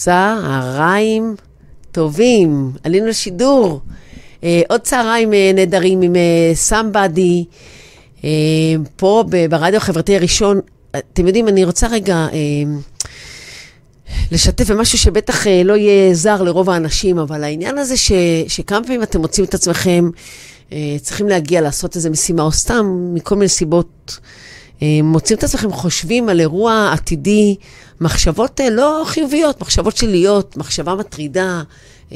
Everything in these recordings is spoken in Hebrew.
צהריים טובים, עלינו לשידור. עוד צהריים נהדרים עם סמבדי, פה ברדיו החברתי הראשון. אתם יודעים, אני רוצה רגע לשתף במשהו שבטח לא יהיה זר לרוב האנשים, אבל העניין הזה שכמה פעמים אתם מוצאים את עצמכם, צריכים להגיע לעשות איזו משימה, או סתם מכל מיני סיבות, מוצאים את עצמכם חושבים על אירוע עתידי, מחשבות לא חיוביות, מחשבות שליליות, מחשבה מטרידה,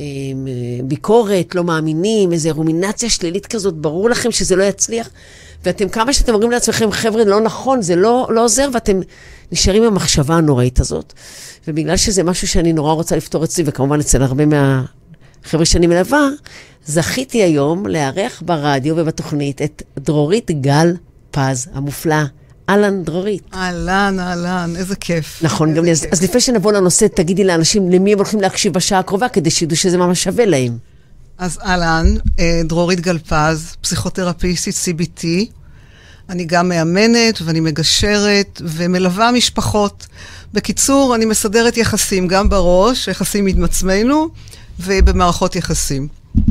ביקורת, לא מאמינים, איזו רומינציה שלילית כזאת, ברור לכם שזה לא יצליח, ואתם כמה שאתם אומרים לעצמכם, חבר'ה, לא נכון, זה לא עוזר, ואתם נשארים עם המחשבה הנוראית הזאת, ובגלל שזה משהו שאני נורא רוצה לפתור אצלי, וכמובן אצל הרבה מהחבר'ה שאני מלווה, זכיתי היום לארח ברדיו ובתוכנית את דרורית גל פז המופלא. אהלן, דרורית. אהלן, איזה כיף. נכון, גם לי. אז לפני שנבוא לנושא, תגידי לאנשים למי הם הולכים להקשיב בשעה הקרובה, כדי שידעו שזה ממש שווה להם. אז אהלן, דרורית גל פז, פסיכותרפיסטית CBT. אני גם מאמנת ואני מגשרת ומלווה משפחות. בקיצור, אני מסדרת יחסים גם בראש, יחסים עם עצמנו ובמערכות יחסים.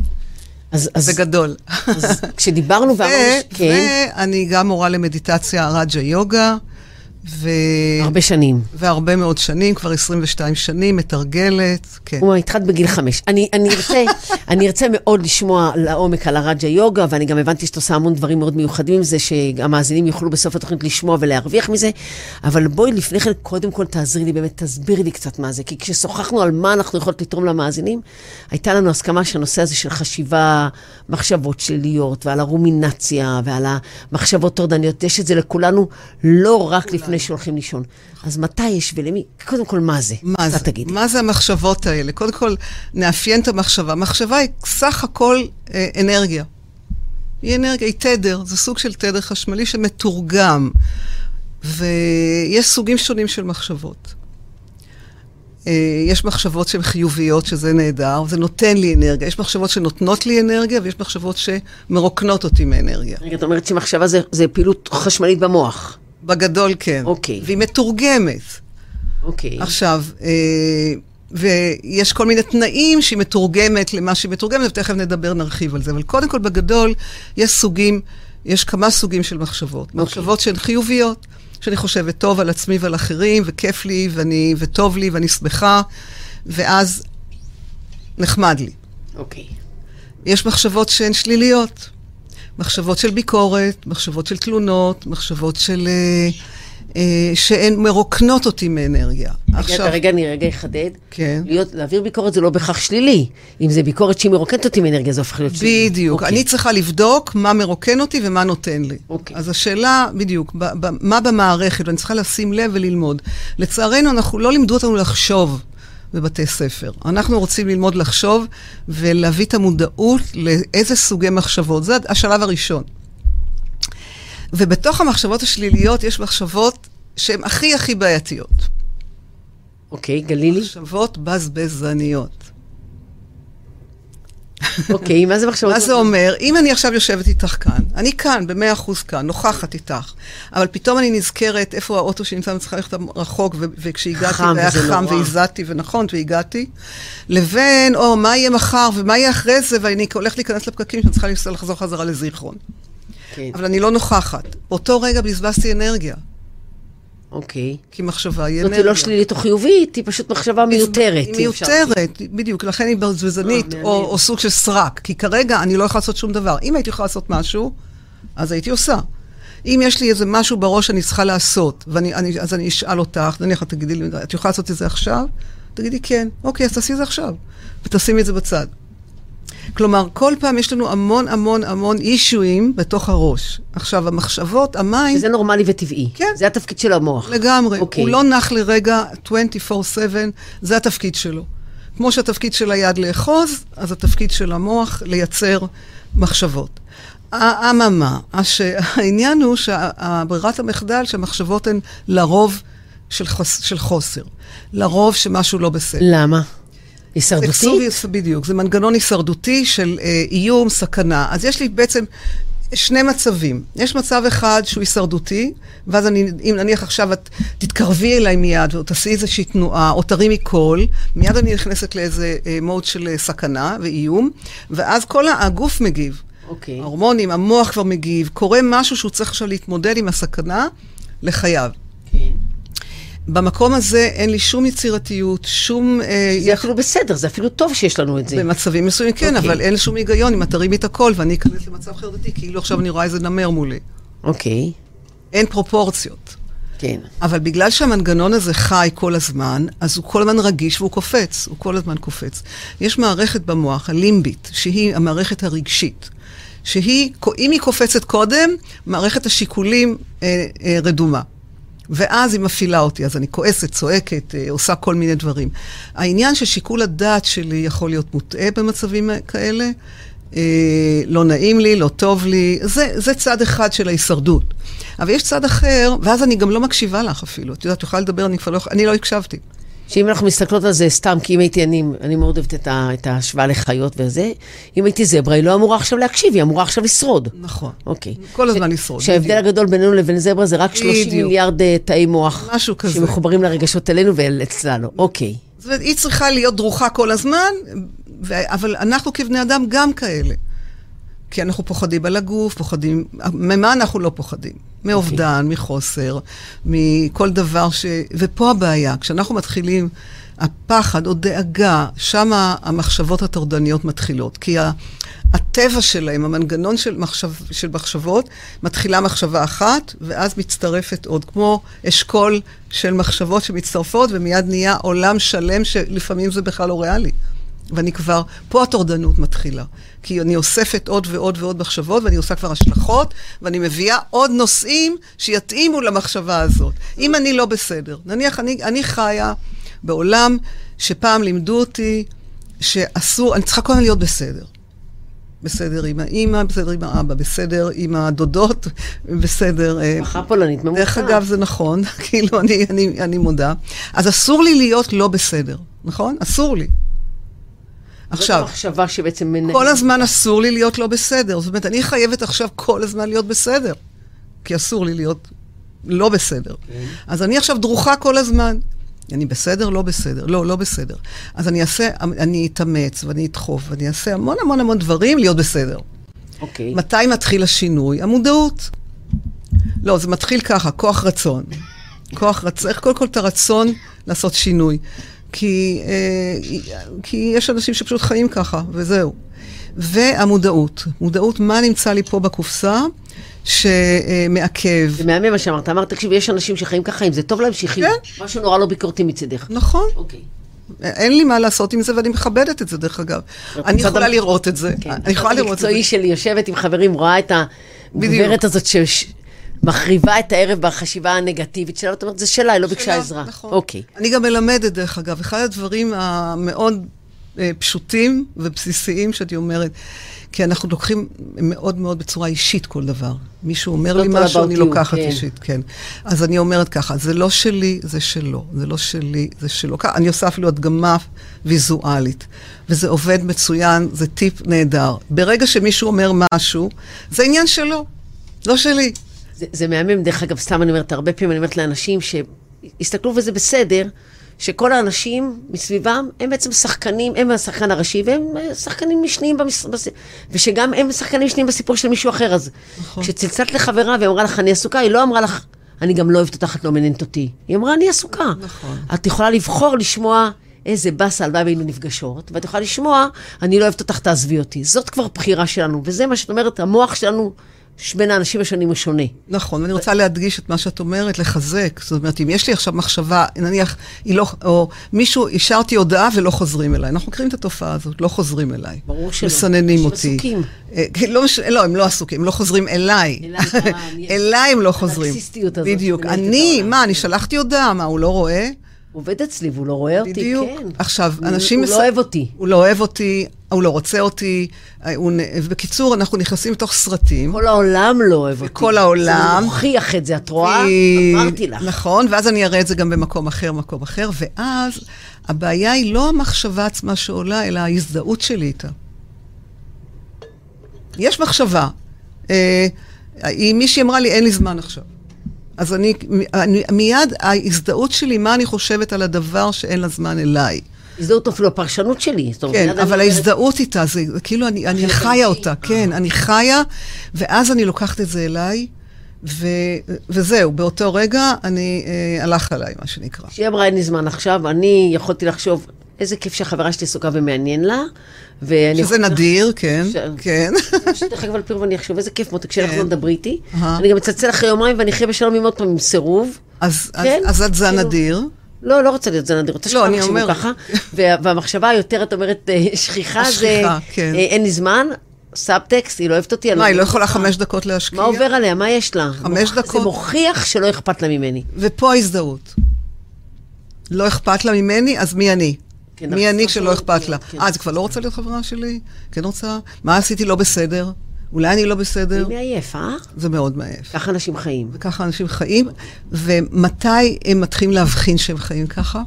זה גדול. אז כשדיברנו ואמרנו, כן. ואני גם מורה למדיטציה רג'ה יוגה. הרבה שנים. והרבה מאוד שנים, כבר 22 שנים, מתרגלת. כן. התחלת בגיל 5. אני ארצה מאוד לשמוע לעומק על הרג'ה יוגה, ואני גם הבנתי שאתה עושה המון דברים מאוד מיוחדים עם זה, שהמאזינים יוכלו בסוף התוכנית לשמוע ולהרוויח מזה, אבל בואי לפני כן, קודם כל תעזרי לי, באמת תסבירי לי קצת מה זה, כי כששוחחנו על מה אנחנו יכולות לתרום למאזינים, הייתה לנו הסכמה שהנושא הזה של חשיבה, מחשבות שליליות, ועל הרומינציה, ועל המחשבות טורדניות, יש את זה לכולנו, לא רק לפני שהולכים לישון. אז מתי יש ולמי? קודם כל, מה זה? מה זה המחשבות האלה? קודם כל, נאפיין את המחשבה. מחשבה היא סך הכל אנרגיה. היא אנרגיה, היא תדר. זה סוג של תדר חשמלי שמתורגם. ויש סוגים שונים של מחשבות. יש מחשבות שהן חיוביות, שזה נהדר, וזה נותן לי אנרגיה. יש מחשבות שנותנות לי אנרגיה, ויש מחשבות שמרוקנות אותי מאנרגיה. רגע, את אומרת שמחשבה זה פעילות חשמלית במוח. בגדול כן. אוקיי. והיא מתורגמת. אוקיי. עכשיו, ויש כל מיני תנאים שהיא מתורגמת למה שהיא מתורגמת, ותכף נרחיב על זה. אבל קודם כל בגדול יש כמה סוגים של מחשבות. מחשבות שהן חיוביות, שאני חושבת טוב על עצמי ועל אחרים, וכיף לי, וטוב לי, ואני שמחה, ואז נחמד לי. אוקיי. יש מחשבות שהן שליליות. מחשבות של ביקורת, מחשבות של תלונות, מחשבות שהן מרוקנות אותי מאנרגיה. רגע, אני אחדד. כן. להעביר ביקורת זה לא בכך שלילי. אם זה ביקורת שהיא מרוקנת אותי מאנרגיה, זה הופך להיות שלילי. בדיוק. אני צריכה לבדוק מה מרוקן אותי ומה נותן לי. אז השאלה, בדיוק, מה במערכת, ואני צריכה לשים לב וללמוד. לצערנו, אנחנו לא לימדו אותנו לחשוב בבתי ספר. אנחנו רוצים ללמוד לחשוב ולהביא את המודעות לאיזה סוגי מחשבות. זה השלב הראשון. ובתוך המחשבות השליליות יש מחשבות שהן הכי בעייתיות. אוקיי, גלילי. מחשבות בזבזניות. אוקיי, מה זה מחשבות? מה זה אומר? אם אני עכשיו יושבת איתך כאן, אני כאן, ב100% כאן, נוכחת איתך, אבל פתאום אני נזכרת איפה האוטו שנמצא, אני צריכה ללכת רחוק, וכשהגעתי והיה חם והזעתי, ונכון, והגעתי, לבין, מה יהיה מחר, ומה יהיה אחרי זה, ואני הולכת להיכנס לפקקים, שאני צריכה לחזור חזרה לזיכרון. אבל אני לא נוכחת. באותו רגע בזבזתי אנרגיה. אוקיי. כי מחשבה היא אנרגיה. זאת לא שלילית או חיובית, היא פשוט מחשבה מיותרת. היא מיותרת, בדיוק. לכן היא בזבזנית, או סוג של סרק. כי כרגע אני לא יכולה לעשות שום דבר. אם הייתי יכולה לעשות משהו, אז הייתי עושה. אם יש לי איזה משהו בראש שאני צריכה לעשות, אז אני אשאל אותך, נניח, תגידי לי, את יכולה לעשות את זה עכשיו? תגידי כן. אוקיי, אז תעשי את זה עכשיו. ותשימי את זה בצד. כלומר, כל פעם יש לנו המון אישויים בתוך הראש. עכשיו, המחשבות, המים... שזה נורמלי וטבעי. כן. זה התפקיד של המוח. לגמרי. Okay. הוא לא נח לרגע 24/7, זה התפקיד שלו. כמו שהתפקיד של היד לאחוז, אז התפקיד של המוח לייצר מחשבות. העניין הוא שברירת המחדל שהמחשבות הן לרוב של חוסר. לרוב שמשהו לא בסדר. למה? הישרדותית? בדיוק, זה מנגנון הישרדותי של איום, סכנה. אז יש לי בעצם שני מצבים. יש מצב אחד שהוא הישרדותי, ואז אם נניח עכשיו את תתקרבי אליי מיד, או תעשי איזושהי תנועה, או תרימי קול, מיד אני נכנסת לאיזה מוד של סכנה ואיום, ואז כל הגוף מגיב. אוקיי. ההורמונים, המוח כבר מגיב, קורה משהו שהוא צריך עכשיו להתמודד עם הסכנה לחייו. כן. במקום הזה אין לי שום יצירתיות, שום... זה אפילו בסדר, זה אפילו טוב שיש לנו את זה. במצבים מסוימים, כן, אבל אין שום היגיון אם תרימי את הכל ואני אכנס למצב חרדתי, כאילו עכשיו אני רואה איזה נמר מולי. אוקיי. אין פרופורציות. כן. אבל בגלל שהמנגנון הזה חי כל הזמן, אז הוא כל הזמן רגיש והוא קופץ, הוא כל הזמן קופץ. יש מערכת במוח, הלימבית, שהיא המערכת הרגשית, שהיא, אם היא קופצת קודם, מערכת השיקולים רדומה. ואז היא מפעילה אותי, אז אני כועסת, צועקת, עושה כל מיני דברים. העניין ששיקול הדעת שלי יכול להיות מוטעה במצבים כאלה, לא נעים לי, לא טוב לי, זה צד אחד של ההישרדות. אבל יש צד אחר, ואז אני גם לא מקשיבה לך אפילו. את יודעת, תוכל לדבר, אני לא הקשבתי. שאם אנחנו מסתכלות על זה סתם, כי אם הייתי, אני מאוד אוהבת את ההשוואה לחיות וזה, אם הייתי זברה, היא לא אמורה עכשיו להקשיב, היא אמורה עכשיו לשרוד. נכון. אוקיי. כל הזמן לשרוד. שההבדל הגדול בינינו לבין זברה זה רק 30 מיליארד תאי מוח. משהו כזה. שמחוברים לרגשות אלינו ואצלנו. אוקיי. זאת אומרת, היא צריכה להיות דרוכה כל הזמן, אבל אנחנו כבני אדם גם כאלה. כי אנחנו פוחדים על הגוף, פוחדים... ממה אנחנו לא פוחדים? מאובדן, מחוסר, מכל דבר ש... ופה הבעיה, כשאנחנו מתחילים, הפחד או דאגה, שם המחשבות הטורדניות מתחילות. כי הטבע שלהם, המנגנון של מחשבות, מתחילה מחשבה אחת, ואז מצטרפת עוד, כמו אשכול של מחשבות שמצטרפות, ומיד נהיה עולם שלם שלפעמים זה בכלל לא ריאלי. ואני כבר, פה הטורדנות מתחילה. כי אני אוספת עוד ועוד ועוד מחשבות, ואני עושה כבר השלכות, ואני מביאה עוד נושאים שיתאימו למחשבה הזאת. אם אני לא בסדר, נניח אני חיה בעולם שפעם לימדו אותי שאסור, אני צריכה כל הזמן להיות בסדר. בסדר עם האמא, בסדר עם האבא, בסדר עם הדודות, בסדר... משפחה פולנית ממוצעת. דרך אגב, זה נכון, כאילו אני מודה. אז אסור לי להיות לא בסדר, נכון? אסור לי. עכשיו, זאת המחשבה שבעצם מנהל. כל הזמן אסור לי להיות לא בסדר. זאת אומרת, אני חייבת עכשיו כל הזמן להיות בסדר. כי אסור לי להיות לא בסדר. אז אני עכשיו דרוכה כל הזמן. אני בסדר, לא בסדר. לא בסדר. אז אני אתאמץ ואני אדחוף ואני אעשה המון המון המון דברים להיות בסדר. אוקיי. מתי מתחיל השינוי? המודעות. לא, זה מתחיל ככה, כוח רצון. איך כל את הרצון לעשות שינוי. כי יש אנשים שפשוט חיים ככה, וזהו. והמודעות. מודעות, מה נמצא לי פה בקופסה שמעכב. זה מהמם מה שאמרת. אמרת, תקשיב, יש אנשים שחיים ככה, אם זה טוב להם שיחיו. כן. משהו נורא לא ביקורתי מצדך. נכון. אוקיי. אין לי מה לעשות עם זה, ואני מכבדת את זה, דרך אגב. אני יכולה לראות את זה. אני יכולה לראות את זה. מקצועי שלי יושבת עם חברים, רואה את הגברת הזאת מחריבה את הערב בחשיבה הנגטיבית שלה, זאת אומרת, זה שלה, היא לא ביקשה עזרה. נכון. אוקיי. אני גם מלמדת, דרך אגב, אחד הדברים המאוד פשוטים ובסיסיים שאני אומרת, כי אנחנו לוקחים מאוד מאוד בצורה אישית כל דבר. מישהו אומר לי משהו, אני לוקחת אישית, כן. אז אני אומרת ככה, זה לא שלי, זה שלו. זה לא שלי, זה שלו. אני עושה אפילו הדגמה ויזואלית, וזה עובד מצוין, זה טיפ נהדר. ברגע שמישהו אומר משהו, זה עניין שלו, לא שלי. זה מהמם, דרך אגב, סתם אני אומרת, הרבה פעמים אני אומרת לאנשים שהסתכלו וזה בסדר, שכל האנשים מסביבם הם בעצם שחקנים, הם השחקן הראשי, והם שחקנים משניים ושגם הם שחקנים משניים בסיפור של מישהו אחר. אז כשצלצלת לחברה ואמרה לך, אני עסוקה, היא לא אמרה לך, אני גם לא אוהבת אותך, את לא מעניינת אותי. היא אמרה, אני עסוקה. את יכולה לבחור לשמוע איזה בסה, הלוואי והיינו נפגשות, ואת יכולה לשמוע, אני לא אוהבת אותך, תעזבי אותי. זאת כבר בחירה שלנו, וזה מה שאת אומרת, המוח שלנו, בין האנשים השונים הוא שונה. נכון, ואני רוצה להדגיש את מה שאת אומרת, לחזק. זאת אומרת, אם יש לי עכשיו מחשבה, נניח, או מישהו, השארתי הודעה ולא חוזרים אליי. אנחנו מכירים את התופעה הזאת, לא חוזרים אליי. ברור שלא. מסננים אותי. עסוקים. לא, הם לא עסוקים, הם לא חוזרים אליי. אליי הם לא חוזרים. הנרקסיסטיות הזאת. בדיוק. אני שלחתי הודעה, מה, הוא לא רואה? הוא עובד אצלי, והוא לא רואה אותי, בדיוק. כן. עכשיו, אנשים... הוא לא אוהב אותי. הוא לא אוהב אותי, הוא לא רוצה אותי. ובקיצור, אנחנו נכנסים לתוך סרטים. כל העולם לא אוהב אותי. כל העולם. זה מוכיח את זה, את רואה? אמרתי לך. נכון, ואז אני אראה את זה גם במקום אחר, ואז הבעיה היא לא המחשבה עצמה שעולה, אלא ההזדהות שלי איתה. יש מחשבה. אם מישהי אמרה לי, אין לי זמן עכשיו. אז מיד ההזדהות שלי, מה אני חושבת על הדבר שאין לה זמן אליי. הזדהות אפילו הפרשנות שלי. כן, אבל ההזדהות איתה, זה כאילו אני חיה אותה, כן, אני חיה, ואז אני לוקחת את זה אליי, וזהו, באותו רגע אני הלך עליי, מה שנקרא. שהיא אמרה, אין לי זמן עכשיו, אני יכולתי לחשוב, איזה כיף שהחברה שלי סוגה ומעניין לה, שזה נדיר, כן, כן. שתך אבל פירו ואני אחשוב, איזה כיף מותק שלך לא נדברי איתי. אני גם אצלצל אחרי יומיים ואני אחיה בשלום עם עוד פעם עם סירוב. אז את זה נדיר. לא רוצה להיות זה נדיר, רוצה שכבר מחשבו ככה. והמחשבה היותר, את אומרת, שכיחה זה, אין לי זמן, סאבטקסט, היא לא אוהבת אותי. מה, היא לא יכולה 5 דקות להשקיע? מה עובר עליה? מה יש לה? 5 דקות. זה מוכיח שלא אכפת לה ממני. ופה ההזדהות. לא אכפת לה ממני, אז מי אני? מי אני שלא אכפת לה? אז כבר לא רוצה להיות חברה שלי? כן רוצה? מה עשיתי לא בסדר? אולי אני לא בסדר? זה מעייף, זה מאוד מעייף. ככה אנשים חיים. וככה אנשים חיים, ומתי הם מתחילים להבחין שהם חיים ככה?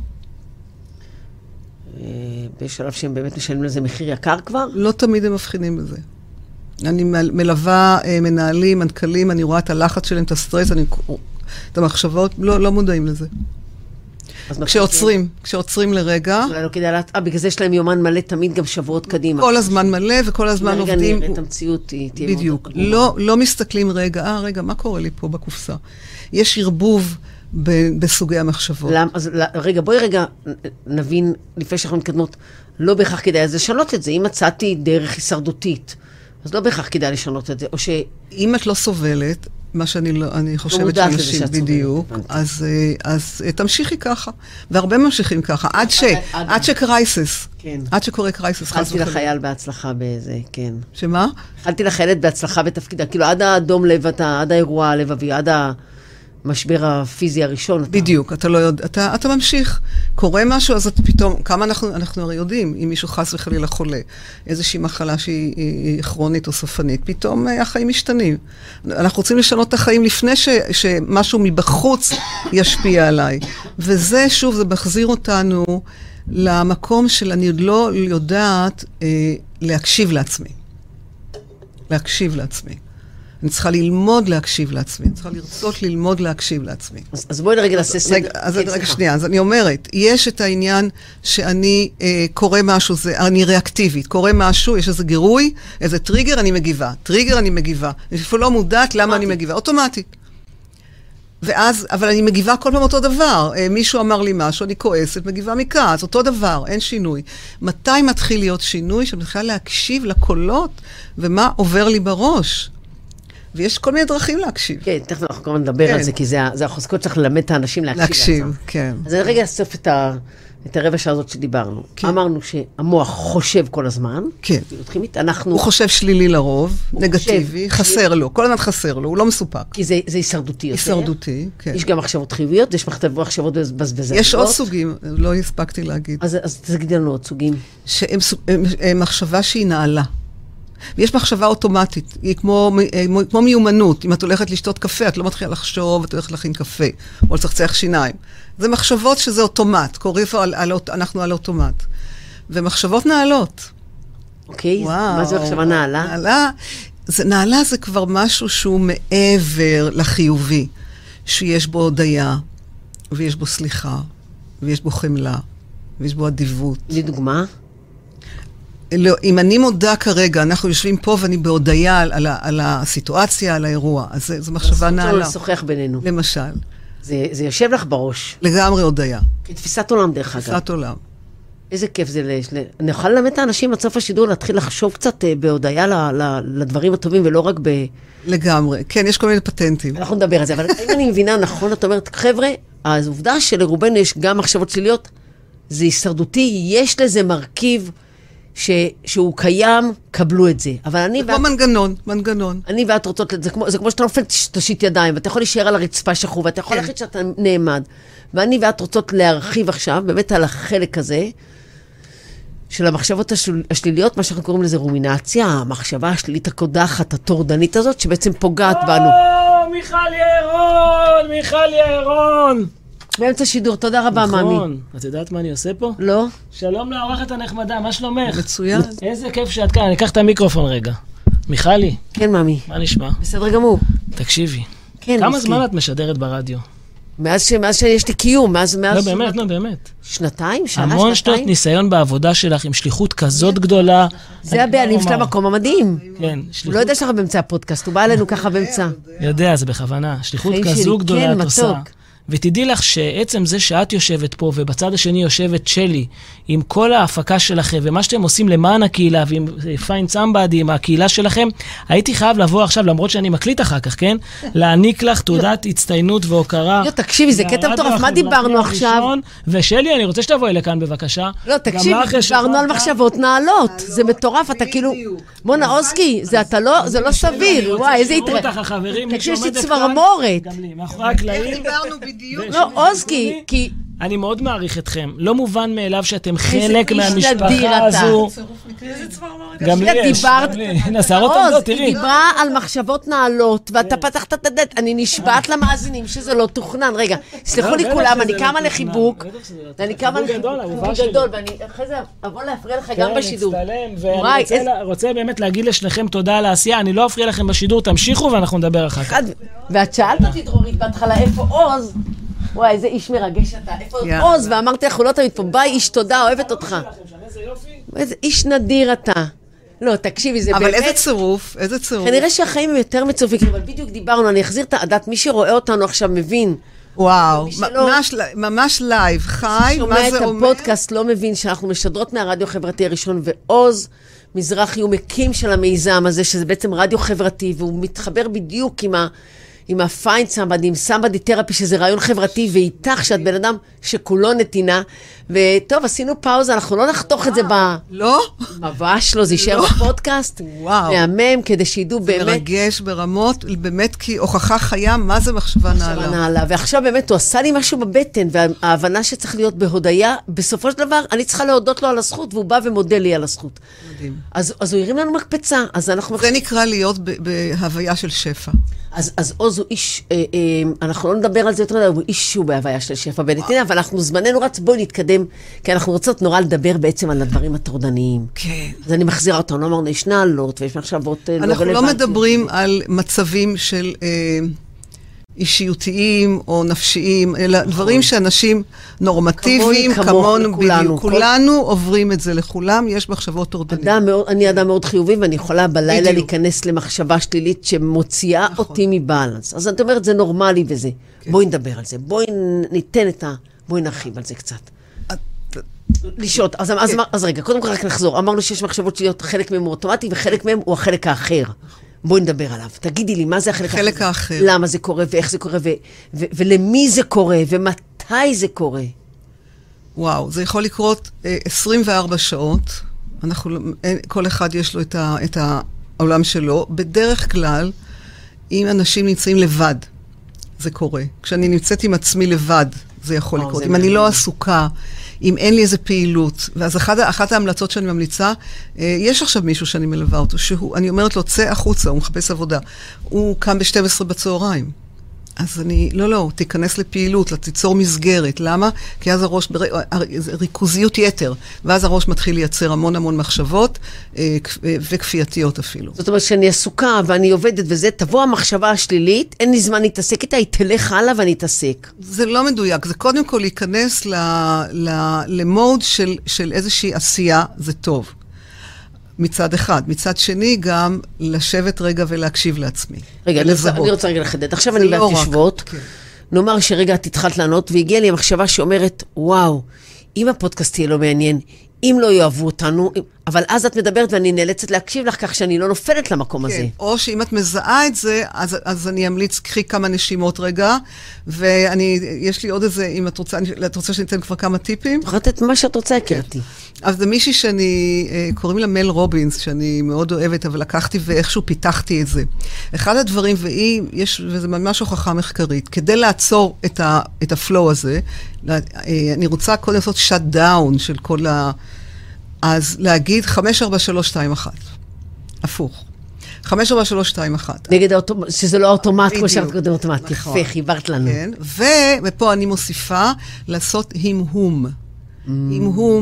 בשלב שהם באמת משלמים לזה מחיר יקר כבר? לא תמיד הם מבחינים בזה. אני מלווה מנהלים, מנכ"לים, אני רואה את הלחץ שלהם, את הסטרס, את המחשבות, לא מודעים לזה. כשעוצרים לרגע. אולי לא כדאי בגלל זה יש להם יומן מלא תמיד גם שבועות קדימה. כל הזמן מלא וכל הזמן עובדים. רגע נראה את המציאות תהיה מאוד בדיוק. לא מסתכלים רגע, מה קורה לי פה בקופסה? יש ערבוב בסוגי המחשבות. רגע, בואי נבין, לפני שאנחנו מתקדמות, לא בהכרח כדאי אז לשנות את זה. אם מצאתי דרך הישרדותית, אז לא בהכרח כדאי לשנות את זה. אם את לא סובלת, מה שאני חושבת שאנשים בדיוק, אז תמשיכי ככה. והרבה ממשיכים ככה, עד שקרייסס. עד שקורה קרייסס. התחלתי לחייל בהצלחה באיזה, כן. שמה? התחלתי לחיילת בהצלחה בתפקידה, כאילו עד האדום לב, עד האירוע הלבבי, עד המשבר הפיזי הראשון. בדיוק, אתה לא יודע, אתה ממשיך. קורה משהו, אז פתאום, כמה אנחנו הרי יודעים, אם מישהו חס וחלילה חולה, איזושהי מחלה שהיא כרונית או סופנית, פתאום החיים משתנים. אנחנו רוצים לשנות את החיים לפני שמשהו מבחוץ ישפיע עליי. וזה, שוב, זה מחזיר אותנו למקום של אני עוד לא יודעת להקשיב לעצמי. להקשיב לעצמי. אני צריכה ללמוד להקשיב לעצמי, אני צריכה לרצות ללמוד להקשיב לעצמי. אז בואי רגע נעשה סדר. רגע שנייה, אז אני אומרת, יש את העניין שאני קורא משהו, אני ריאקטיבית, קורא משהו, יש איזה גירוי, איזה טריגר, אני מגיבה. אני אפילו לא מודעת למה אני מגיבה, אוטומטית. ואז, אבל אני מגיבה כל פעם אותו דבר. מישהו אמר לי משהו, אני כועסת, מגיבה מכעס, אותו דבר, אין שינוי. מתי מתחיל להיות שינוי? שאני מתחילה להקשיב לקולות, ומה עובר לי בראש? ויש כל מיני דרכים להקשיב. כן, תכף אנחנו כמובן נדבר על זה, כי זה החוזקות שצריך ללמד את האנשים להקשיב. כן. אז אני רגע אסוף את הרבע שעה הזאת שדיברנו. אמרנו שהמוח חושב כל הזמן. כן. הוא חושב שלילי לרוב, נגטיבי, חסר לו, כל הזמן חסר לו, הוא לא מסופק. כי זה הישרדותי יותר. הישרדותי, כן. יש גם מחשבות חיוביות, יש מחשבות בזבזניות. יש עוד סוגים, לא הספקתי להגיד. אז תגידי לנו עוד סוגים. שהם מחשבה שהיא נעלה. ויש מחשבה אוטומטית, היא כמו מיומנות. אם את הולכת לשתות קפה, את לא מתחילה לחשוב, את הולכת להכין קפה, או לצחצח שיניים. זה מחשבות שזה אוטומט, אנחנו על אוטומט. ומחשבות נעלות. אוקיי, מה זה מחשבה נעלה? נעלה זה כבר משהו שהוא מעבר לחיובי, שיש בו הודיה, ויש בו סליחה, ויש בו חמלה, ויש בו אדיבות. לי דוגמה? לא, אם אני מודה כרגע, אנחנו יושבים פה ואני בהודיה על הסיטואציה, על האירוע, אז זו מחשבה נעלה. אז לשוחח בינינו. למשל. זה יושב לך בראש. לגמרי הודיה. כתפיסת עולם דרך אגב. תפיסת עולם. איזה כיף זה. אני יכולה ללמד את האנשים עד סוף השידור להתחיל לחשוב קצת בהודיה לדברים הטובים ולא רק לגמרי. כן, יש כל מיני פטנטים. אנחנו נדבר על זה, אבל אם אני מבינה נכון, את אומרת, חבר'ה, אז עובדה שלרובנו יש גם מחשבות שליליות, זה הישרדותי, יש לזה מרכיב שהוא קיים, קבלו את זה. אבל אני כמו מנגנון. אני ואת רוצות, זה כמו שאתה נופל תושיט ידיים, ואתה יכול להישאר על הרצפה שחור, ואתה יכול להחליט שאתה נעמד. ואני ואת רוצות להרחיב עכשיו, באמת על החלק הזה, של המחשבות השליליות, מה שאנחנו קוראים לזה רומינציה, המחשבה השלילית הקודחת, הטורדנית הזאת, שבעצם פוגעת בנו. מיכל יערון! באמצע שידור, תודה רבה, מאמי. נכון. את יודעת מה אני עושה פה? לא. שלום לאורחת הנחמדה, מה שלומך? מצוין. איזה כיף שאת כאן, אני אקח את המיקרופון רגע. מיכלי, כן, ממי. מה נשמע? בסדר גמור. תקשיבי. כן, כמה מסכים. זמן את משדרת ברדיו? מאז שיש לי קיום, מאז... לא, באמת, לא, באמת. שנתיים? שנה, המון שנות שנתיים? ניסיון בעבודה שלך, עם שליחות כזאת גדולה. זה הבעלים של המקום המדהים. כן, הוא שליחות. לא יודע שאנחנו באמצע הפודקאסט, הוא בא אלינו ככה באמצע. יודע, זה בכוונה. שליחות חיים כזו שלי, גדולה כן, את עושה. מתוק. ותדעי לך שעצם זה שאת יושבת פה, ובצד השני יושבת שלי, עם כל ההפקה שלכם, ומה שאתם עושים למען הקהילה, ועם Find Somebody, עם הקהילה שלכם, הייתי חייב לבוא עכשיו, למרות שאני מקליט אחר כך, כן? להעניק לך תעודת הצטיינות והוקרה. לא, תקשיבי, זה קטע מטורף, מה דיברנו עכשיו? ושלי, אני רוצה שתבואי לכאן בבקשה. לא, תקשיב, דיברנו על מחשבות נעלות. זה מטורף, אתה כאילו... מונה, אוזקי, זה לא סביר. וואי, איזה יתראה. תקשיב, יש לי צמרמורת. גם לי, מאחורי הקלעים. דיברנו בדיוק. לא, אוזקי, כי... אני מאוד מעריך אתכם. לא מובן מאליו שאתם חלק איש נדיר מהמשפחה אתה. הזו. גם לי יש, דיברת- גם לי. הנה, שערות עוז, עומדות, היא תראי. דיברה על מחשבות נעלות, ואתה פתחת את הדלת. אני נשבעת למאזינים שזה לא תוכנן. רגע, סלחו לי בטח כולם, שזה אני לא קמה תוכנן. לחיבוק. בטח שזה לא אני תוכנן. קמה חיבוק לחיבוק גדול, אהובה חיבוק שלי. גדול, ואני אחרי זה אבוא להפריע לך גם בשידור. מצטלם, וואי, ואני איזה- רוצה באמת להגיד לשניכם תודה על העשייה. אני לא אפריע לכם בשידור, תמשיכו ואנחנו נדבר אחר כך. ואת שאלת אותי דרורית בהתחלה, איפה עוז? וואי, איזה איש מרגש אתה. איפה עוז? ואמרתי לך, הוא לא תמיד פה. ביי, איש תודה, אוהבת אותך. איזה איש נדיר אתה. לא, תקשיבי, זה באמת... אבל איזה צירוף, איזה צירוף. כנראה שהחיים הם יותר מצופיקים, אבל בדיוק דיברנו, אני אחזיר את העדת, מי שרואה אותנו עכשיו מבין. וואו, מי שלא- ממש לייב, חי, שומע מה את זה אומר? הפודקאסט לא מבין שאנחנו משדרות מהרדיו החברתי הראשון, ועוז מזרחי הוא מקים של המיזם הזה, שזה בעצם רדיו חברתי, והוא מתחבר בדיוק עם ה-Find Somebody, עם Somebody Therapy, שזה רעיון חברתי, ואיתך שאת בן אדם שכולו נתינה. וטוב, עשינו פאוזה, אנחנו לא נחתוך את זה לא? ממש לא, זה יישאר בפודקאסט. וואו. מהמם, כדי שידעו באמת. מרגש ברמות, באמת כי הוכחה חיה, מה זה מחשבה נעלה. נעלה. ועכשיו באמת הוא עשה לי משהו בבטן, וההבנה שצריך להיות בהודיה, בסופו של דבר אני צריכה להודות לו על הזכות, והוא בא ומודה לי על הזכות. מדהים. אז הוא הרים לנו מקפצה, אז אנחנו... זה נקרא להיות בהוויה של שפע. אז עוז הוא איש, אנחנו לא נדבר על זה יותר, הוא איש שהוא בהוויה של שפע בנתינה, אבל אנחנו זמננו רץ, בואי נתקדם, כי אנחנו רוצות נורא לדבר בעצם על הדברים הטורדניים. כן. אז אני מחזירה אותנו, אמרנו, יש נעלות ויש מחשבות לא אנחנו לא רלוונטיות. מדברים על מצבים של אישיותיים או נפשיים, אלא דברים שאנשים נורמטיביים, כמוני, לכולנו. בדיוק. כולנו עוברים את זה לכולם, יש מחשבות טורדניות. אני אדם מאוד חיובי, ואני יכולה בלילה בדיוק. להיכנס למחשבה שלילית שמוציאה נכון. אותי מבאלנס. אז את אומרת, זה נורמלי וזה. בואי נדבר על זה, בואי ניתן בואי נרחיב על זה קצת. לשאול, אז רגע, קודם כל רק נחזור. אמרנו שיש מחשבות שליליות, חלק מהם הוא אוטומטי, וחלק מהם הוא החלק האחר. בואי נדבר עליו. תגידי לי, מה זה החלק האחר? למה זה קורה, ואיך זה קורה, ולמי זה קורה, ומתי זה קורה. וואו, זה יכול לקרות 24 שעות. כל אחד יש לו את העולם שלו. בדרך כלל, אם אנשים נמצאים לבד, זה קורה. כשאני נמצאת עם עצמי לבד, זה יכול לקרות. אם אני לא עסוקה, אם אין לי איזה פעילות, ואז אחת ההמלצות שאני ממליצה, יש עכשיו מישהו שאני מלווה אותו, אני אומרת לו, צא החוצה, הוא מחפש עבודה. הוא קם ב-12 בצהריים. אז לא, תיכנס לפעילות, תיצור מסגרת. למה? כי אז הראש, ריכוזיות יתר, ואז הראש מתחיל לייצר המון מחשבות, וכפייתיות אפילו. זאת אומרת שאני עסוקה ואני עובדת וזה, תבוא המחשבה השלילית, אין לי זמן להתעסק איתה, היא תלך הלאה ואני אתעסק. זה לא מדויק, זה קודם כל להיכנס למוד של איזושהי עשייה, זה טוב. מצד אחד. מצד שני, גם לשבת רגע ולהקשיב לעצמי. רגע, אני רוצה רגע לחדד. עכשיו אני ואת יושבות, נאמר שרגע את התחלת לענות, והגיעה לי המחשבה שאומרת, וואו, אם הפודקאסט יהיה לא מעניין, אם לא יאהבו אותנו, אבל אז את מדברת ואני נאלצת להקשיב לך כך שאני לא נופלת למקום הזה. או שאם את מזהה את זה, אז אני אמליץ, קחי כמה נשימות רגע, ויש לי עוד איזה, אם את רוצה שניתן כבר כמה טיפים? יכולת את מה שאת רוצה, הכרתי. אז זה מישהי קוראים לה מל רובינס, שאני מאוד אוהבת, אבל לקחתי ואיכשהו פיתחתי את זה. אחד הדברים, וזה ממש הוכחה מחקרית, כדי לעצור את הפלואו הזה, אני רוצה קודם לעשות שאט דאון של כל אז להגיד 5, 4, 3, 2, 1. הפוך. 5, 4, 3, 2, 1. נגד שזה לא אוטומט, כמו שאת קודם אוטומט. יפה, חיברת לנו. כן, ופה אני מוסיפה לעשות הום. אם הוא